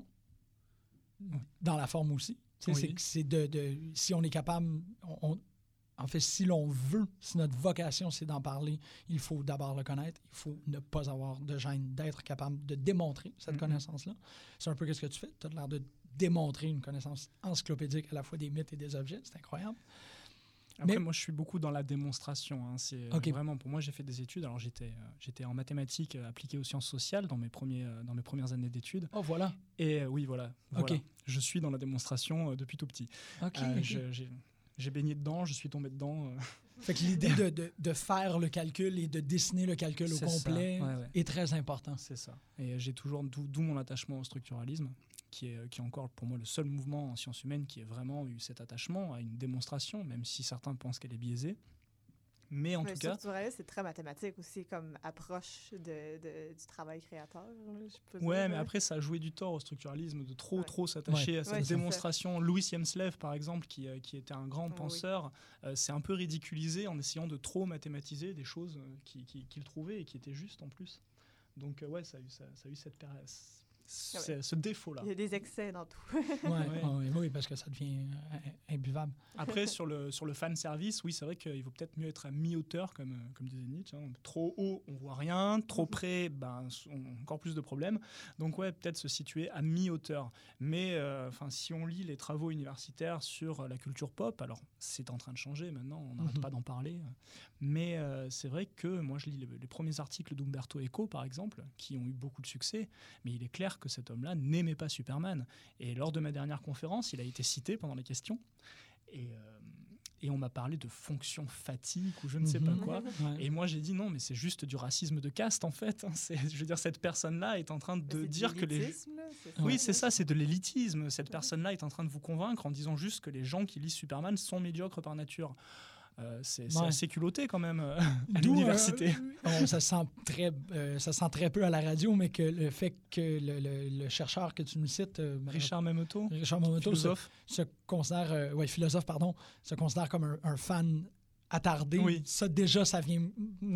dans la forme aussi. Tu sais, Oui. c'est, que c'est de, de... Si on est capable... on- on- en fait, si l'on veut, si notre vocation, c'est d'en parler, il faut d'abord le connaître. Il faut ne pas avoir de gêne d'être capable de démontrer cette Mhm. connaissance-là. C'est un peu ce que tu fais. Tu as l'air de démontrer une connaissance encyclopédique à la fois des mythes et des objets. C'est incroyable. Après, Mais- moi, je suis beaucoup dans la démonstration. Hein. C'est Ok. vraiment, pour moi, j'ai fait des études. Alors, j'étais, euh, j'étais en mathématiques euh, appliquées aux sciences sociales dans mes, premiers, euh, dans mes premières années d'études. Oh, voilà. Et euh, oui, voilà, Ok. voilà. Je suis dans la démonstration euh, depuis tout petit. OK. Euh, ok. je- j'ai, j'ai baigné dedans, je suis tombé dedans. euh. Fait que l'idée de, de, de faire le calcul et de dessiner le calcul au C'est ça. complet Ouais, ouais. est très important. C'est ça. Et j'ai toujours, d'où, d'où mon attachement au structuralisme, qui est, qui est encore pour moi le seul mouvement en sciences humaines qui ait vraiment eu cet attachement à une démonstration, même si certains pensent qu'elle est biaisée. Mais en Mais tout le cas, structuralisme, c'est très mathématique aussi comme approche de, de- du travail créateur. là, je peux ouais, dire, mais là. après, ça a joué du tort au structuralisme de trop, Ouais. trop s'attacher Ouais. à cette Ouais, c'est ça. démonstration. Louis Yemslev, par exemple, qui, euh, qui était un grand Oui. penseur, euh, s'est un peu ridiculisé en essayant de trop mathématiser des choses euh, qui- qui- qu'il trouvait et qui étaient justes en plus. Donc, euh, ouais, ça a eu, ça, ça a eu cette péri- Ah ouais. ce, ce défaut-là. Il y a des excès dans tout. Ouais, Ouais. ouais, oui, parce que ça devient euh, imbuvable. Après, sur le, sur le fan service, oui, c'est vrai qu'il vaut peut-être mieux être à mi-hauteur, comme, euh, comme disait Nietzsche. Hein. Trop haut, on voit rien. Trop près, ben, on a encore plus de problèmes. Donc, ouais, peut-être se situer à mi-hauteur. Mais euh, enfin, si on lit les travaux universitaires sur la culture pop, alors c'est en train de changer maintenant, on n'arrête Mhm. pas d'en parler. Mais euh, c'est vrai que moi, je lis les, les premiers articles d'Umberto Eco, par exemple, qui ont eu beaucoup de succès. Mais il est clair que cet homme-là n'aimait pas Superman. Et lors de ma dernière conférence, il a été cité pendant les questions. Et, euh, et on m'a parlé de fonction fatigue ou je ne sais Mhm. pas quoi. Ouais. Et moi, j'ai dit non, mais c'est juste du racisme de caste, en fait. hein. C'est, je veux dire, cette personne-là est en train Mais de c'est de dire que les... l'élitisme, là, c'est Oui, ça, c'est là. ça, c'est de l'élitisme. Cette personne-là est en train de vous convaincre en disant juste que les gens qui lisent Superman sont médiocres par nature. Euh, c'est c'est Ouais. assez culotté quand même euh, à D'où, l'université. euh, on- ça, se sent très, euh, ça se sent très peu à la radio, mais que le fait que le, le- le chercheur que tu nous cites, euh, Richard Mamoto, Richard Mamoto, se, philosophe. se considère, euh, ouais, philosophe, pardon, se considère comme un, un fan attardé. Oui. Ça, déjà, ça vient.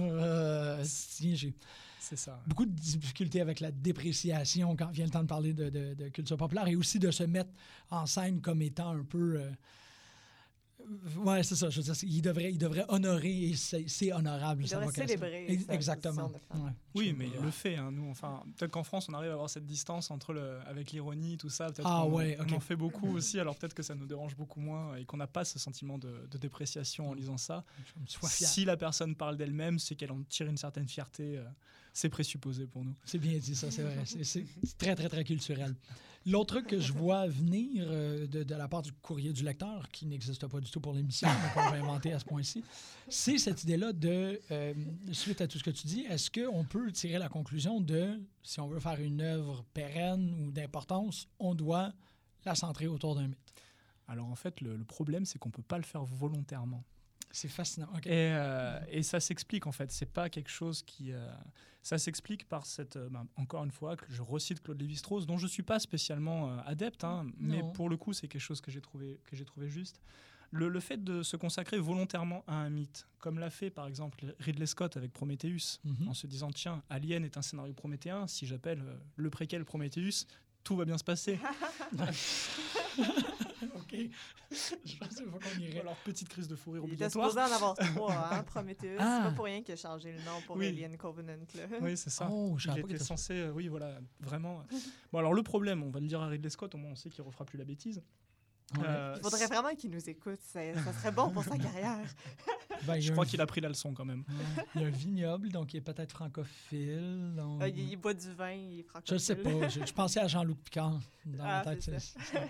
Euh, si, j'ai C'est ça. beaucoup de difficultés avec la dépréciation quand vient le temps de parler de, de- de culture populaire et aussi de se mettre en scène comme étant un peu. Euh, ouais, c'est ça. Je veux dire, il devrait, il devrait honorer et c'est, c'est honorable. Il sa devrait vocation. célébrer Ex- sa Exactement. position de fan. Ouais. Oui, Je- mais il le fait. Hein, nous, enfin, peut-être qu'en France, on arrive à avoir cette distance entre le, avec l'ironie, tout ça. Peut-être Ah qu'on ouais, on ok. en fait beaucoup aussi. Alors peut-être que ça nous dérange beaucoup moins et qu'on n'a pas ce sentiment de, de dépréciation en lisant ça. je me sois fier. Si la personne parle d'elle-même, c'est qu'elle en tire une certaine fierté. euh, c'est présupposé pour nous. C'est bien dit, ça, c'est vrai. C'est, c'est très, très, très culturel. L'autre truc que je vois venir euh, de, de la part du courrier du lecteur, qui n'existe pas du du tout pour l'émission, mais qu'on va inventer à ce point-ci. C'est cette idée-là de, euh, suite à tout ce que tu dis, est-ce qu'on peut tirer la conclusion de, si on veut faire une œuvre pérenne ou d'importance, on doit la centrer autour d'un mythe? Alors en fait, le, le problème, c'est qu'on ne peut pas le faire volontairement. C'est fascinant. Okay. Et, euh, et ça s'explique en fait. C'est pas quelque chose qui. Euh, ça s'explique par cette. Euh, ben, encore une fois, que je recite Claude Lévi-Strauss, dont je suis pas spécialement euh, adepte, hein, mais pour le coup, c'est quelque chose que j'ai trouvé que j'ai trouvé juste. Le, le fait de se consacrer volontairement à un mythe, comme l'a fait par exemple Ridley Scott avec Prometheus, mm-hmm. en se disant tiens, Alien est un scénario prométhéen. Si j'appelle euh, le préquel Prometheus, tout va bien se passer. OK. Je pensais pas qu'on irait. Alors, petite crise de fou rire Il était obligatoire. supposé en avoir trois, hein, Prometheus. Ah. C'est pas pour rien qu'il a changé le nom pour oui. Alien Covenant. Là. Oui, c'est ça. Oh, je il savais pas était censé, euh, oui, voilà, vraiment. Bon, alors le problème, on va le dire à Ridley Scott, au moins on sait qu'il refera plus la bêtise. Ouais. Euh, il faudrait vraiment qu'il nous écoute. Ça, ça serait bon pour sa carrière. Ben, je crois qu'il a pris la leçon quand même. Ouais. Il y a un vignoble, donc il est peut-être francophile. Donc... Euh, il, il boit du vin, il est francophile. Je ne sais pas. Je, je pensais à Jean-Luc Picard. Dans ah, ma tête, c'est c'est, c'est,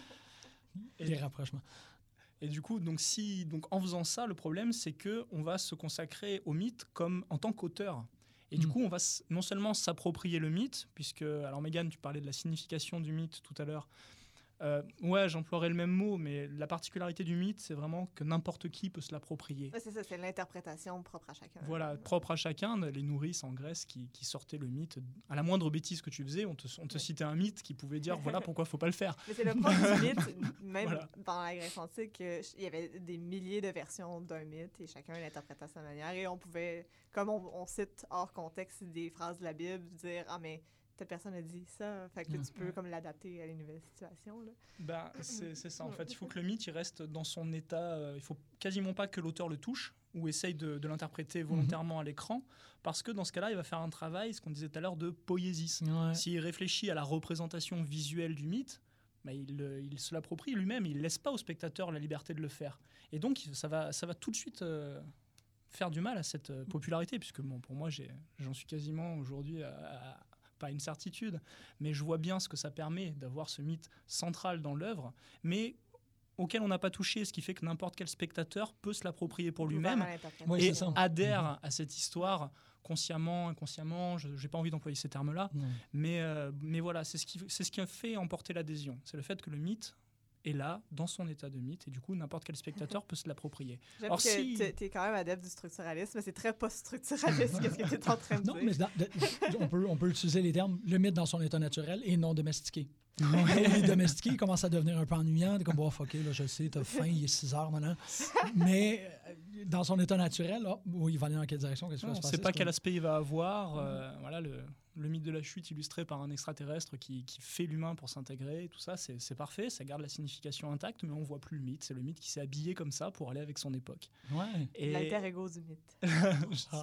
c'est les rapprochements. Et du coup, donc, si, donc, en faisant ça, le problème, c'est qu'on va se consacrer au mythe comme, en tant qu'auteur. Et mmh. du coup, on va s- non seulement s'approprier le mythe, puisque, alors Mégane, tu parlais de la signification du mythe tout à l'heure. Euh, ouais, j'emploierais le même mot, mais la particularité du mythe, c'est vraiment que n'importe qui peut se l'approprier. Ouais, c'est ça, c'est l'interprétation propre à chacun. Voilà, propre à chacun. Les nourrices en Grèce qui, qui sortaient le mythe. À la moindre bêtise que tu faisais, on te, on te citait un mythe qui pouvait dire voilà pourquoi il ne faut pas le faire. Mais c'est le propre du mythe, même voilà. dans la Grèce antique, il y avait des milliers de versions d'un mythe et chacun l'interprétait à sa manière. Et on pouvait, comme on, on cite hors contexte des phrases de la Bible, dire ah, mais. Telle personne a dit ça, fait que là, tu peux comme l'adapter à une nouvelle situation. Là. Ben, c'est, c'est ça, en fait. Il faut que le mythe il reste dans son état. Euh, il faut quasiment pas que l'auteur le touche ou essaye de, de l'interpréter volontairement à l'écran, parce que dans ce cas-là, il va faire un travail, ce qu'on disait tout à l'heure, de poésis. Ouais. S'il réfléchit à la représentation visuelle du mythe, ben, il, il se l'approprie lui-même, il ne laisse pas au spectateur la liberté de le faire. Et donc, ça va, ça va tout de suite... Euh, faire du mal à cette euh, popularité, puisque bon, pour moi, j'ai, j'en suis quasiment aujourd'hui à, à pas une certitude, mais je vois bien ce que ça permet d'avoir ce mythe central dans l'œuvre, mais auquel on n'a pas touché, ce qui fait que n'importe quel spectateur peut se l'approprier pour lui-même oui, et adhère mmh. à cette histoire consciemment, inconsciemment, je n'ai pas envie d'employer ces termes-là, mmh. mais, euh, mais voilà, c'est ce, qui, c'est ce qui a fait emporter l'adhésion. C'est le fait que le mythe est là, dans son état de mythe, et du coup, n'importe quel spectateur peut se l'approprier. J'aime Alors, que si... tu es quand même adepte du structuralisme, mais c'est très post-structuraliste, qu'est-ce que tu es en train de non, dire? Mais dans, de, on, peut, on peut utiliser les termes, le mythe dans son état naturel et non domestiqué. Les domestiqués, il commence à devenir un peu ennuyant, t'es comme, oh, fuck, là, je sais, t'as faim, il est six heures maintenant. Mais dans son état naturel, oh, oui, il va aller dans quelle direction, qu'est-ce qui va se passer? On ne sait pas quel aspect il va avoir, euh, voilà, le... Le mythe de la chute illustré par un extraterrestre qui, qui fait l'humain pour s'intégrer, tout ça, c'est, c'est parfait, ça garde la signification intacte, mais on ne voit plus le mythe. C'est le mythe qui s'est habillé comme ça pour aller avec son époque. Ouais. Et... L'alter ego du mythe. je...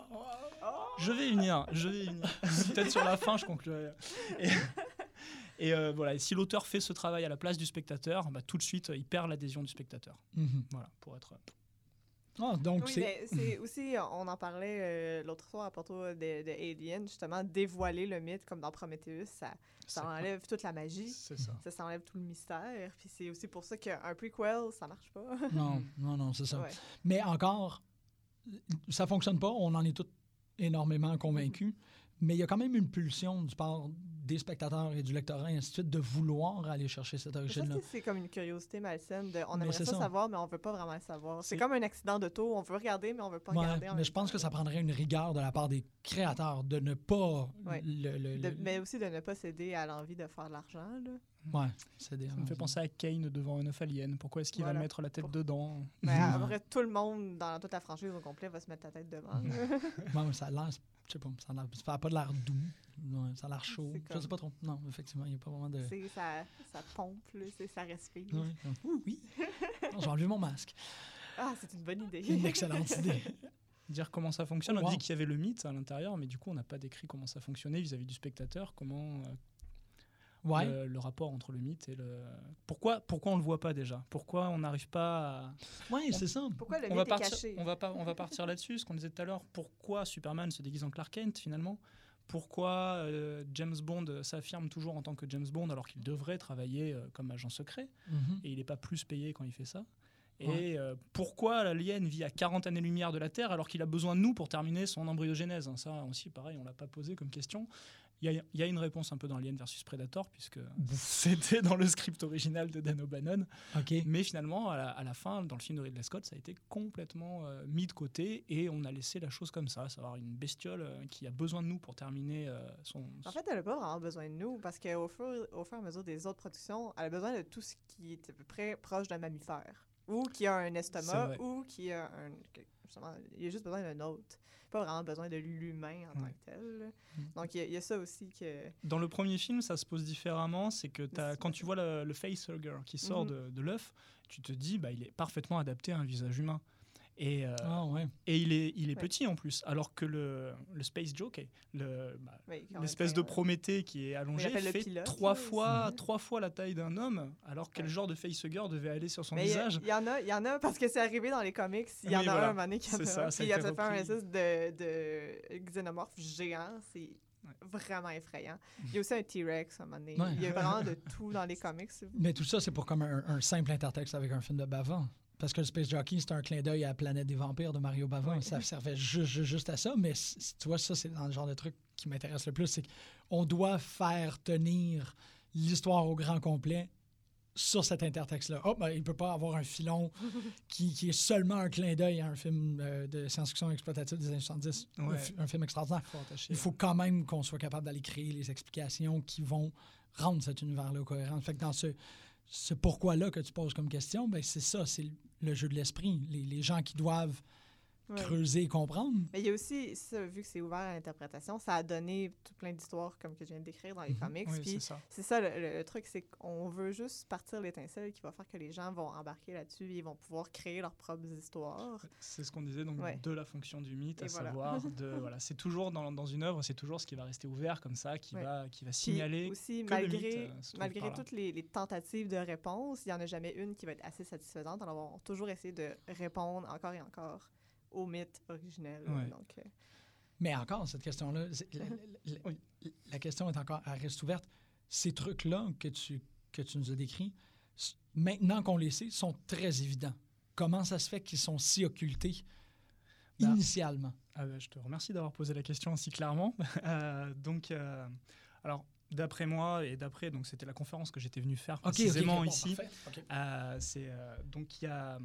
je vais y venir, je vais y venir. Peut-être sur la fin, je conclurai. Et, et euh, voilà, et si l'auteur fait ce travail à la place du spectateur, bah, tout de suite, il perd l'adhésion du spectateur. Mm-hmm. Voilà, pour être... Ah, donc oui, c'est... Mais c'est aussi, on en parlait euh, l'autre fois à propos de, de Alien, justement, dévoiler le mythe comme dans Prometheus, ça, ça enlève toute la magie, c'est ça. ça enlève tout le mystère, puis c'est aussi pour ça qu'un prequel, ça marche pas. Non, non, non, c'est ça. Ouais. Mais encore, ça fonctionne pas, on en est tous énormément convaincus, mais il y a quand même une pulsion du part des spectateurs et du lectorat, et ainsi de suite, de vouloir aller chercher cette origine-là. Ça, c'est, c'est comme une curiosité malsaine. De, on mais aimerait ça, ça savoir, mais on veut pas vraiment le savoir. C'est, c'est comme un accident d'auto, on veut regarder, mais on veut pas ouais, regarder. Mais je pense que ça prendrait une rigueur de la part des créateurs de ne pas... Ouais. Le, le, de, le... Mais aussi de ne pas céder à l'envie de faire de l'argent. Là. Ouais, céder. Ça me fait penser à Kane devant un œuf alien. Pourquoi est-ce qu'il voilà. va mettre la tête Pour... dedans? Mais après, tout le monde, dans toute la franchise au complet, va se mettre la tête devant. ouais, ça a l'air... Je sais pas, ça n'a pas de l'air doux. Ouais, ça a l'air chaud. Comme... Je sais pas trop. Non, effectivement, il n'y a pas vraiment de... C'est, ça, ça pompe, là, c'est, ça respire. Ouais. Oui, oui. Non, j'ai enlevé mon masque. Ah, c'est une bonne idée. Une excellente idée. Dire comment ça fonctionne. Oh, on wow. dit qu'il y avait le mythe à l'intérieur, mais du coup, on n'a pas décrit comment ça fonctionnait vis-à-vis du spectateur, comment... Euh, ouais. le, le rapport entre le mythe et le... Pourquoi, pourquoi on ne le voit pas déjà? Pourquoi on n'arrive pas à... Oui, c'est ça. Pourquoi le on mythe va est partir, caché? On va, pas, on va partir là-dessus, ce qu'on disait tout à l'heure. Pourquoi Superman se déguise en Clark Kent, finalement? Pourquoi euh, James Bond s'affirme toujours en tant que James Bond alors qu'il devrait travailler euh, comme agent secret? Mm-hmm. Et il n'est pas plus payé quand il fait ça? Et Ouais. euh, pourquoi l'alien vit à quarante années-lumière de la Terre alors qu'il a besoin de nous pour terminer son embryogénèse, hein. Ça aussi, pareil, on ne l'a pas posé comme question. Il y, y a une réponse un peu dans Alien versus Predator, puisque c'était dans le script original de Dan O'Bannon. OK. Mais finalement, à la, à la fin, dans le film de Ridley Scott, ça a été complètement euh, mis de côté et on a laissé la chose comme ça, à savoir une bestiole euh, qui a besoin de nous pour terminer euh, son... En fait, elle n'a pas vraiment besoin de nous parce qu'au fur, au fur et à mesure des autres productions, elle a besoin de tout ce qui est à peu près proche d'un mammifère. Ou qui a un C'est estomac, vrai. ou qui a un... Justement, il a juste besoin d'un autre. Pas vraiment besoin de l'humain en Ouais. tant que tel. là. Mm. Donc, il y, a- il y a ça aussi que... Dans le premier film, ça se pose différemment. C'est que t'as- c'est quand pas tu ça. vois le, le facehugger qui sort Mhm. de, de l'œuf, tu te dis bah, il est parfaitement adapté à un visage humain. Et, euh, Ah, ouais. et il est, il est Ouais. petit en plus. Alors que le, le Space Jockey, le, bah, Oui, quand l'espèce même, de ouais. Prométhée qui est allongé, appelle le fait pilote, trois, là, fois, aussi. trois fois la taille d'un homme. Alors quel Ouais. genre de facehugger devait aller sur son Mais il y a- visage il y, en a, il y en a, parce que c'est arrivé dans les comics, il y en Oui, a voilà. un, un moment donné qui en C'est a ça, un, ça a puis il a été fait faire un repris. espèce de, de xénomorphe géant, c'est vraiment effrayant. Il y a aussi un T-Rex à un moment donné. Ouais. Il y a vraiment de tout dans les comics. Mais tout ça, c'est pour comme un, un simple intertexte avec un film de Bavin. Parce que le Space Jockey, c'est un clin d'œil à la planète des vampires de Mario Bavin. Ouais. Ça servait juste, juste, juste à ça. Mais c- tu vois, ça, c'est dans le genre de truc qui m'intéresse le plus. C'est qu'on doit faire tenir l'histoire au grand complet sur cet intertexte-là. Oh, ben, il ne peut pas avoir un filon qui, qui est seulement un clin d'œil à un film euh, de science-fiction exploitative des années soixante-dix. Un Ouais. fi- Un, film extraordinaire. Faut attacher, Il faut quand même qu'on soit capable d'aller créer les explications qui vont rendre cet univers-là cohérent. Fait que dans ce, ce pourquoi-là que tu poses comme question, ben c'est ça, c'est le- le jeu de l'esprit. Les, les gens qui doivent Ouais. creuser et comprendre. Mais il y a aussi, ça, vu que c'est ouvert à l'interprétation, ça a donné tout plein d'histoires comme que je viens de décrire dans les Mhm. comics. Oui, Puis c'est ça. c'est ça, le, le- le truc, c'est qu'on veut juste partir l'étincelle qui va faire que les gens vont embarquer là-dessus et ils vont pouvoir créer leurs propres histoires. C'est ce qu'on disait donc Ouais. de la fonction du mythe, Et à voilà. savoir de voilà, c'est toujours dans, dans une œuvre, c'est toujours ce qui va rester ouvert comme ça, qui Ouais. va qui va Puis signaler aussi, que le malgré, mythe, euh, se trouve malgré par là. toutes les, les tentatives de réponse, il n'y en a jamais une qui va être assez satisfaisante. Alors, on va toujours essayer de répondre encore et encore au mythe originel. Ouais. Donc, euh, Mais encore, cette question-là, c'est- la, la- la- la- la question est encore, elle reste ouverte. Ces trucs-là que tu, que tu nous as décrits, s- maintenant qu'on les sait, sont très évidents. Comment ça se fait qu'ils sont si occultés Ben, initialement? Ah bah, je te remercie d'avoir posé la question aussi clairement. Euh, donc, euh, alors, d'après moi et d'après, donc c'était la conférence que j'étais venu faire OK, OK, précisément OK, bon, ici. parfait. OK. Euh, c'est euh, donc il y a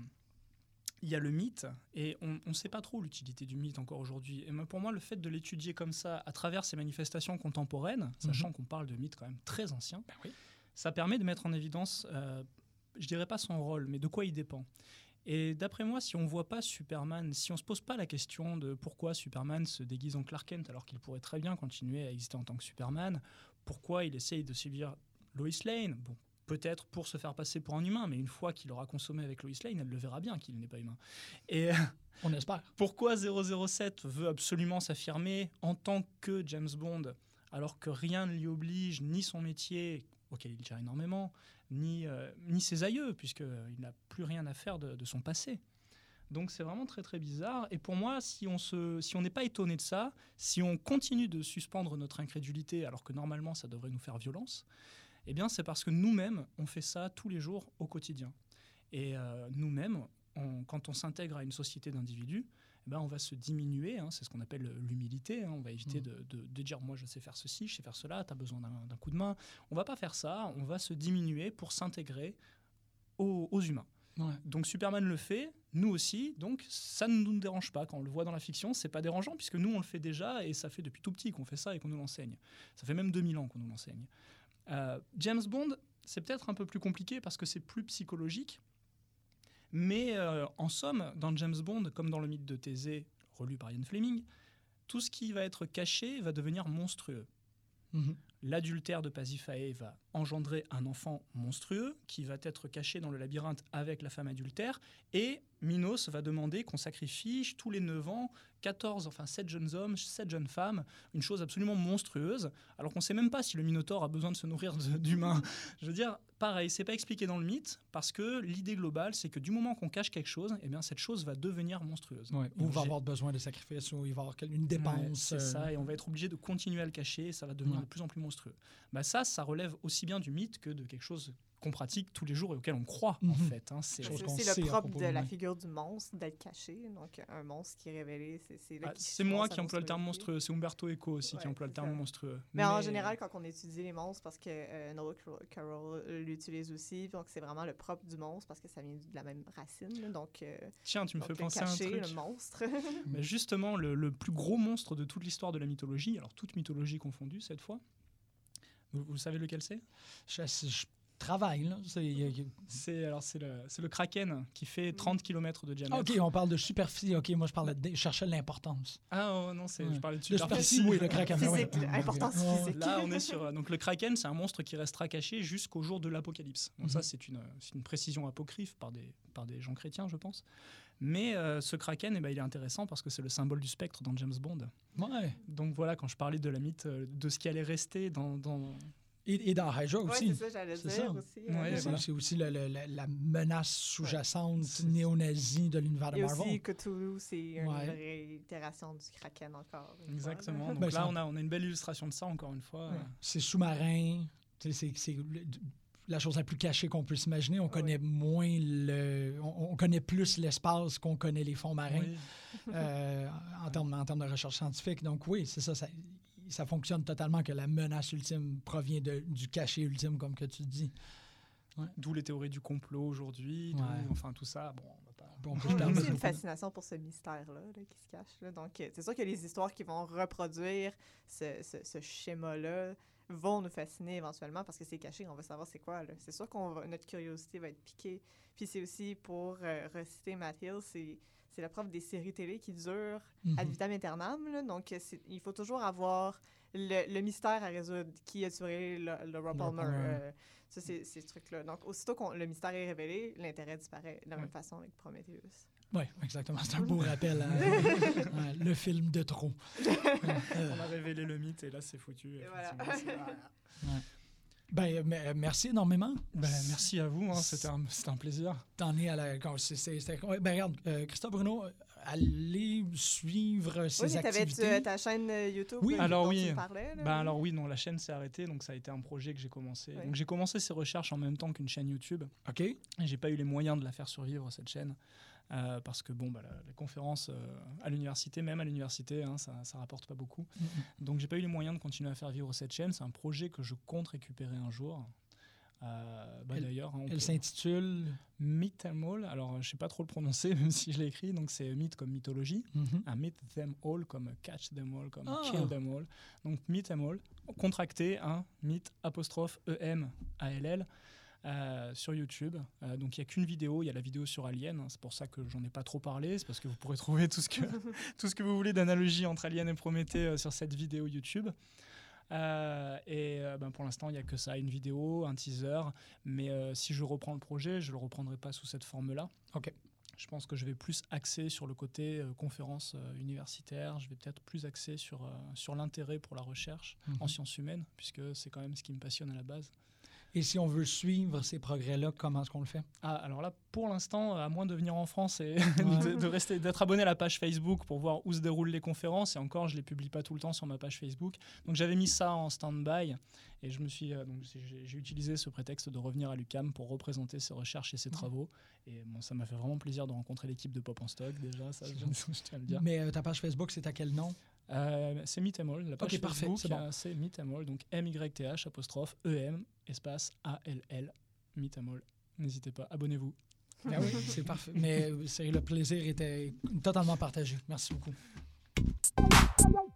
il y a le mythe et on ne sait pas trop l'utilité du mythe encore aujourd'hui. Et moi, pour moi, le fait de l'étudier comme ça à travers ces manifestations contemporaines, sachant qu'on parle de mythes quand même très anciens, Ben oui. ça permet de mettre en évidence, euh, je dirais pas son rôle, mais de quoi il dépend. Et d'après moi, si on ne voit pas Superman, si on ne se pose pas la question de pourquoi Superman se déguise en Clark Kent alors qu'il pourrait très bien continuer à exister en tant que Superman, pourquoi il essaye de séduire Lois Lane, bon, peut-être pour se faire passer pour un humain, mais une fois qu'il aura consommé avec Lois Lane, elle le verra bien qu'il n'est pas humain. Et On espère. pourquoi zéro zéro sept veut absolument s'affirmer en tant que James Bond, alors que rien ne l'y oblige, ni son métier, auquel il tient énormément, ni, euh, ni ses aïeux, puisqu'il n'a plus rien à faire de, de son passé. Donc c'est vraiment très très bizarre. Et pour moi, si on se, si on n'est pas étonné de ça, si on continue de suspendre notre incrédulité, alors que normalement ça devrait nous faire violence, eh bien c'est parce que nous-mêmes, on fait ça tous les jours au quotidien. Et euh, nous-mêmes, on- quand on s'intègre à une société d'individus, eh ben, on va se diminuer, hein, c'est ce qu'on appelle l'humilité, hein, on va éviter Mmh. de, de- de dire moi je sais faire ceci, je sais faire cela, tu as besoin d'un d'un coup de main. On va pas faire ça, on va se diminuer pour s'intégrer aux, aux humains. Ouais. Donc Superman le fait, nous aussi, donc ça ne nous dérange pas. Quand on le voit dans la fiction, c'est pas dérangeant puisque nous on le fait déjà et ça fait depuis tout petit qu'on fait ça et qu'on nous l'enseigne. Ça fait même deux mille ans qu'on nous l'enseigne. Euh, James Bond, c'est peut-être un peu plus compliqué parce que c'est plus psychologique. Mais euh, en somme, dans James Bond, comme dans le mythe de Thésée, relu par Ian Fleming, tout ce qui va être caché va devenir monstrueux. Mhm. L'adultère de Pasiphae va engendrer un enfant monstrueux qui va être caché dans le labyrinthe avec la femme adultère. Et Minos va demander qu'on sacrifie tous les neuf ans quatorze, enfin sept jeunes hommes, sept jeunes femmes, une chose absolument monstrueuse, alors qu'on ne sait même pas si le Minotaure a besoin de se nourrir de- d'humains. Je veux dire, pareil, c'est pas expliqué dans le mythe, parce que l'idée globale, c'est que du moment qu'on cache quelque chose, eh bien cette chose va devenir monstrueuse. Ouais. Et Ou on va gère- avoir besoin de sacrifices, ou il va y avoir quel- une Ouais, dépense. c'est euh, ça, et on va être obligé de continuer à le cacher, et ça va devenir Ouais. de plus en plus monstrueux. monstrueux. Bah ça, ça relève aussi bien du mythe que de quelque chose qu'on pratique tous les jours et auquel on croit, Mhm. en fait. Hein. C'est, C'est Chose qu'on aussi sait le à propre propos de de la nous. figure du monstre, d'être caché. Donc, un monstre qui est révélé, c'est, c'est là Ah, qu'il c'est moi commence qui à emploie le terme monstruosité. monstrueux. C'est Umberto Eco aussi qui Ouais, emploie le c'est terme ça. monstrueux. Mais, en général, quand on étudie les monstres, parce que euh, Noah Carroll l'utilise aussi, donc c'est vraiment le propre du monstre parce que ça vient de la même racine. Là, donc, euh, Tiens, tu me donc fais le penser à un caché, truc. le monstre. Mais justement, le, le plus gros monstre de toute l'histoire de la mythologie, alors toute mythologie confondue cette fois, vous, vous savez lequel c'est? Je, je travaille, là. C'est, y a- y a- C'est, alors, c'est, le, c'est le kraken qui fait trente kilomètres de diamètre. OK, on parle de superficie. OK, moi, je parlais de... je cherchais l'importance. Ah oh, non, c'est, Ouais. je parlais de De superficie. superficie, oui, le kraken. Physique, ouais, ouais. importance Ouais, ouais. physique. Là, on est sur. euh, Donc, le kraken, c'est un monstre qui restera caché jusqu'au jour de l'apocalypse. Donc, Mhm. ça, c'est une, c'est une précision apocryphe par des, par des gens chrétiens, je pense. Mais euh, ce kraken, eh ben, il est intéressant parce que c'est le symbole du spectre dans James Bond. Ouais. Donc, voilà, quand je parlais de la mythe, euh, de ce qui allait rester dans. dans... Et, et dans Hydra Oui, aussi. c'est ça, j'allais C'est dire ça. aussi. Ouais, euh, c'est, voilà. c'est aussi le- le- la, la menace sous-jacente C'est- néo-nazie de l'univers de Et Marvel. aussi Cthulhu, c'est une Ouais. réitération du Kraken encore. une fois, Exactement. là. Donc Ben, là, ça- on a, on a une belle illustration de ça, encore une fois. Ouais. C'est sous-marin. C'est, c'est, c'est le- la chose la plus cachée qu'on peut s'imaginer. On connaît moins le... On, on connaît plus l'espace qu'on connaît les fonds marins Oui. euh, en, termes, en termes de recherche scientifique. Donc oui, c'est ça, ça. Ça fonctionne totalement que la menace ultime provient de, du cachet ultime, comme que tu dis. D'où les théories du complot aujourd'hui. d'où- Ouais. Enfin, tout ça. Bon, on va pas. On peut se On a permettre aussi une beaucoup de- fascination pour ce mystère-là là, qui se cache. Là. Donc, euh, c'est sûr que les histoires qui vont reproduire ce, ce, ce schéma-là vont nous fasciner éventuellement parce que c'est caché, on veut savoir c'est quoi. Là. C'est sûr que notre curiosité va être piquée. Puis c'est aussi, pour euh, reciter Matt Hill, c'est, c'est la preuve des séries télé qui durent Mhm. ad vitam aeternam. Là. Donc, c'est, il faut toujours avoir le, le mystère à résoudre. Qui a tué le, le Rob Palmer? Palmer. Euh, ça, c'est ces trucs-là. Donc, aussitôt que le mystère est révélé, l'intérêt disparaît de la même Ouais. façon avec Prometheus. Oui, exactement. C'est un beau rappel. à- à le film de trop. On a révélé le mythe et là, c'est foutu. Et voilà. effectivement, c'est- Ben, me- merci énormément. Ben, merci à vous, hein, c'était, un, c'était un plaisir. T'en es à la. quand- c'est- c'est- c'est- ouais, ben, regarde, euh, Christophe Bruno, allez suivre ses Oui, mais t'avais activités. tu- ta chaîne euh, YouTube. Oui. là, Alors dont oui. Tu parlais, là, Ben oui. alors oui, non, la chaîne s'est arrêtée, donc ça a été un projet que j'ai commencé. Ouais. Donc j'ai commencé ces recherches en même temps qu'une chaîne YouTube. OK. Et j'ai pas eu les moyens de la faire survivre, cette chaîne, euh, parce que bon, bah, la, la conférence euh, à l'université, même à l'université, hein, ça, ça rapporte pas beaucoup. Mhm. Donc j'ai pas eu les moyens de continuer à faire vivre cette chaîne. C'est un projet que je compte récupérer un jour. Euh, bah, Elle- d'ailleurs, hein, on Elle peut- s'intitule. Meet Them All. Alors je sais pas trop le prononcer, même si je l'ai écrit. Donc c'est Meet comme mythologie. Mhm. Un Meet Them All comme Catch Them All, comme Ah. Kill Them All. Donc Meet Them All, contracté, hein, Meet apostrophe E M A L L euh, sur YouTube. Euh, donc il n'y a qu'une vidéo, il y a la vidéo sur Alien, hein, c'est pour ça que j'en ai pas trop parlé, c'est parce que vous pourrez trouver tout ce que, tout ce que vous voulez d'analogie entre Alien et Prométhée euh, sur cette vidéo YouTube. Euh, et euh, ben, pour l'instant, il n'y a que ça, une vidéo, un teaser. Mais euh, si je reprends le projet, je ne le reprendrai pas sous cette forme-là. OK. Je pense que je vais plus axer sur le côté euh, conférence euh, universitaire. Je vais peut-être plus axer sur, euh, sur l'intérêt pour la recherche Mhm. en sciences humaines, puisque c'est quand même ce qui me passionne à la base. Et si on veut suivre ces progrès-là, comment est-ce qu'on le fait? Ah, alors là, pour l'instant, à moins de venir en France et de, de rester, d'être abonné à la page Facebook pour voir où se déroulent les conférences, et encore, je ne les publie pas tout le temps sur ma page Facebook. Donc j'avais mis ça en stand-by, et je me suis, euh, donc, j'ai, j'ai utilisé ce prétexte de revenir à l'U Q A M pour représenter ses recherches et ses travaux. Et bon, ça m'a fait vraiment plaisir de rencontrer l'équipe de Pop en Stock, déjà, ça, je, je tiens à le dire. Mais euh, ta page Facebook, c'est à quel nom? Euh, c'est Meet Them All, la page Ok, parfait, Facebook, c'est bon. euh, c'est Meet Them All, donc M Y T H apostrophe E M espace A L L, Meet Them All. N'hésitez pas, abonnez-vous. Ben oui, c'est parfait. Mais euh, c'est, le plaisir était totalement partagé. Merci beaucoup.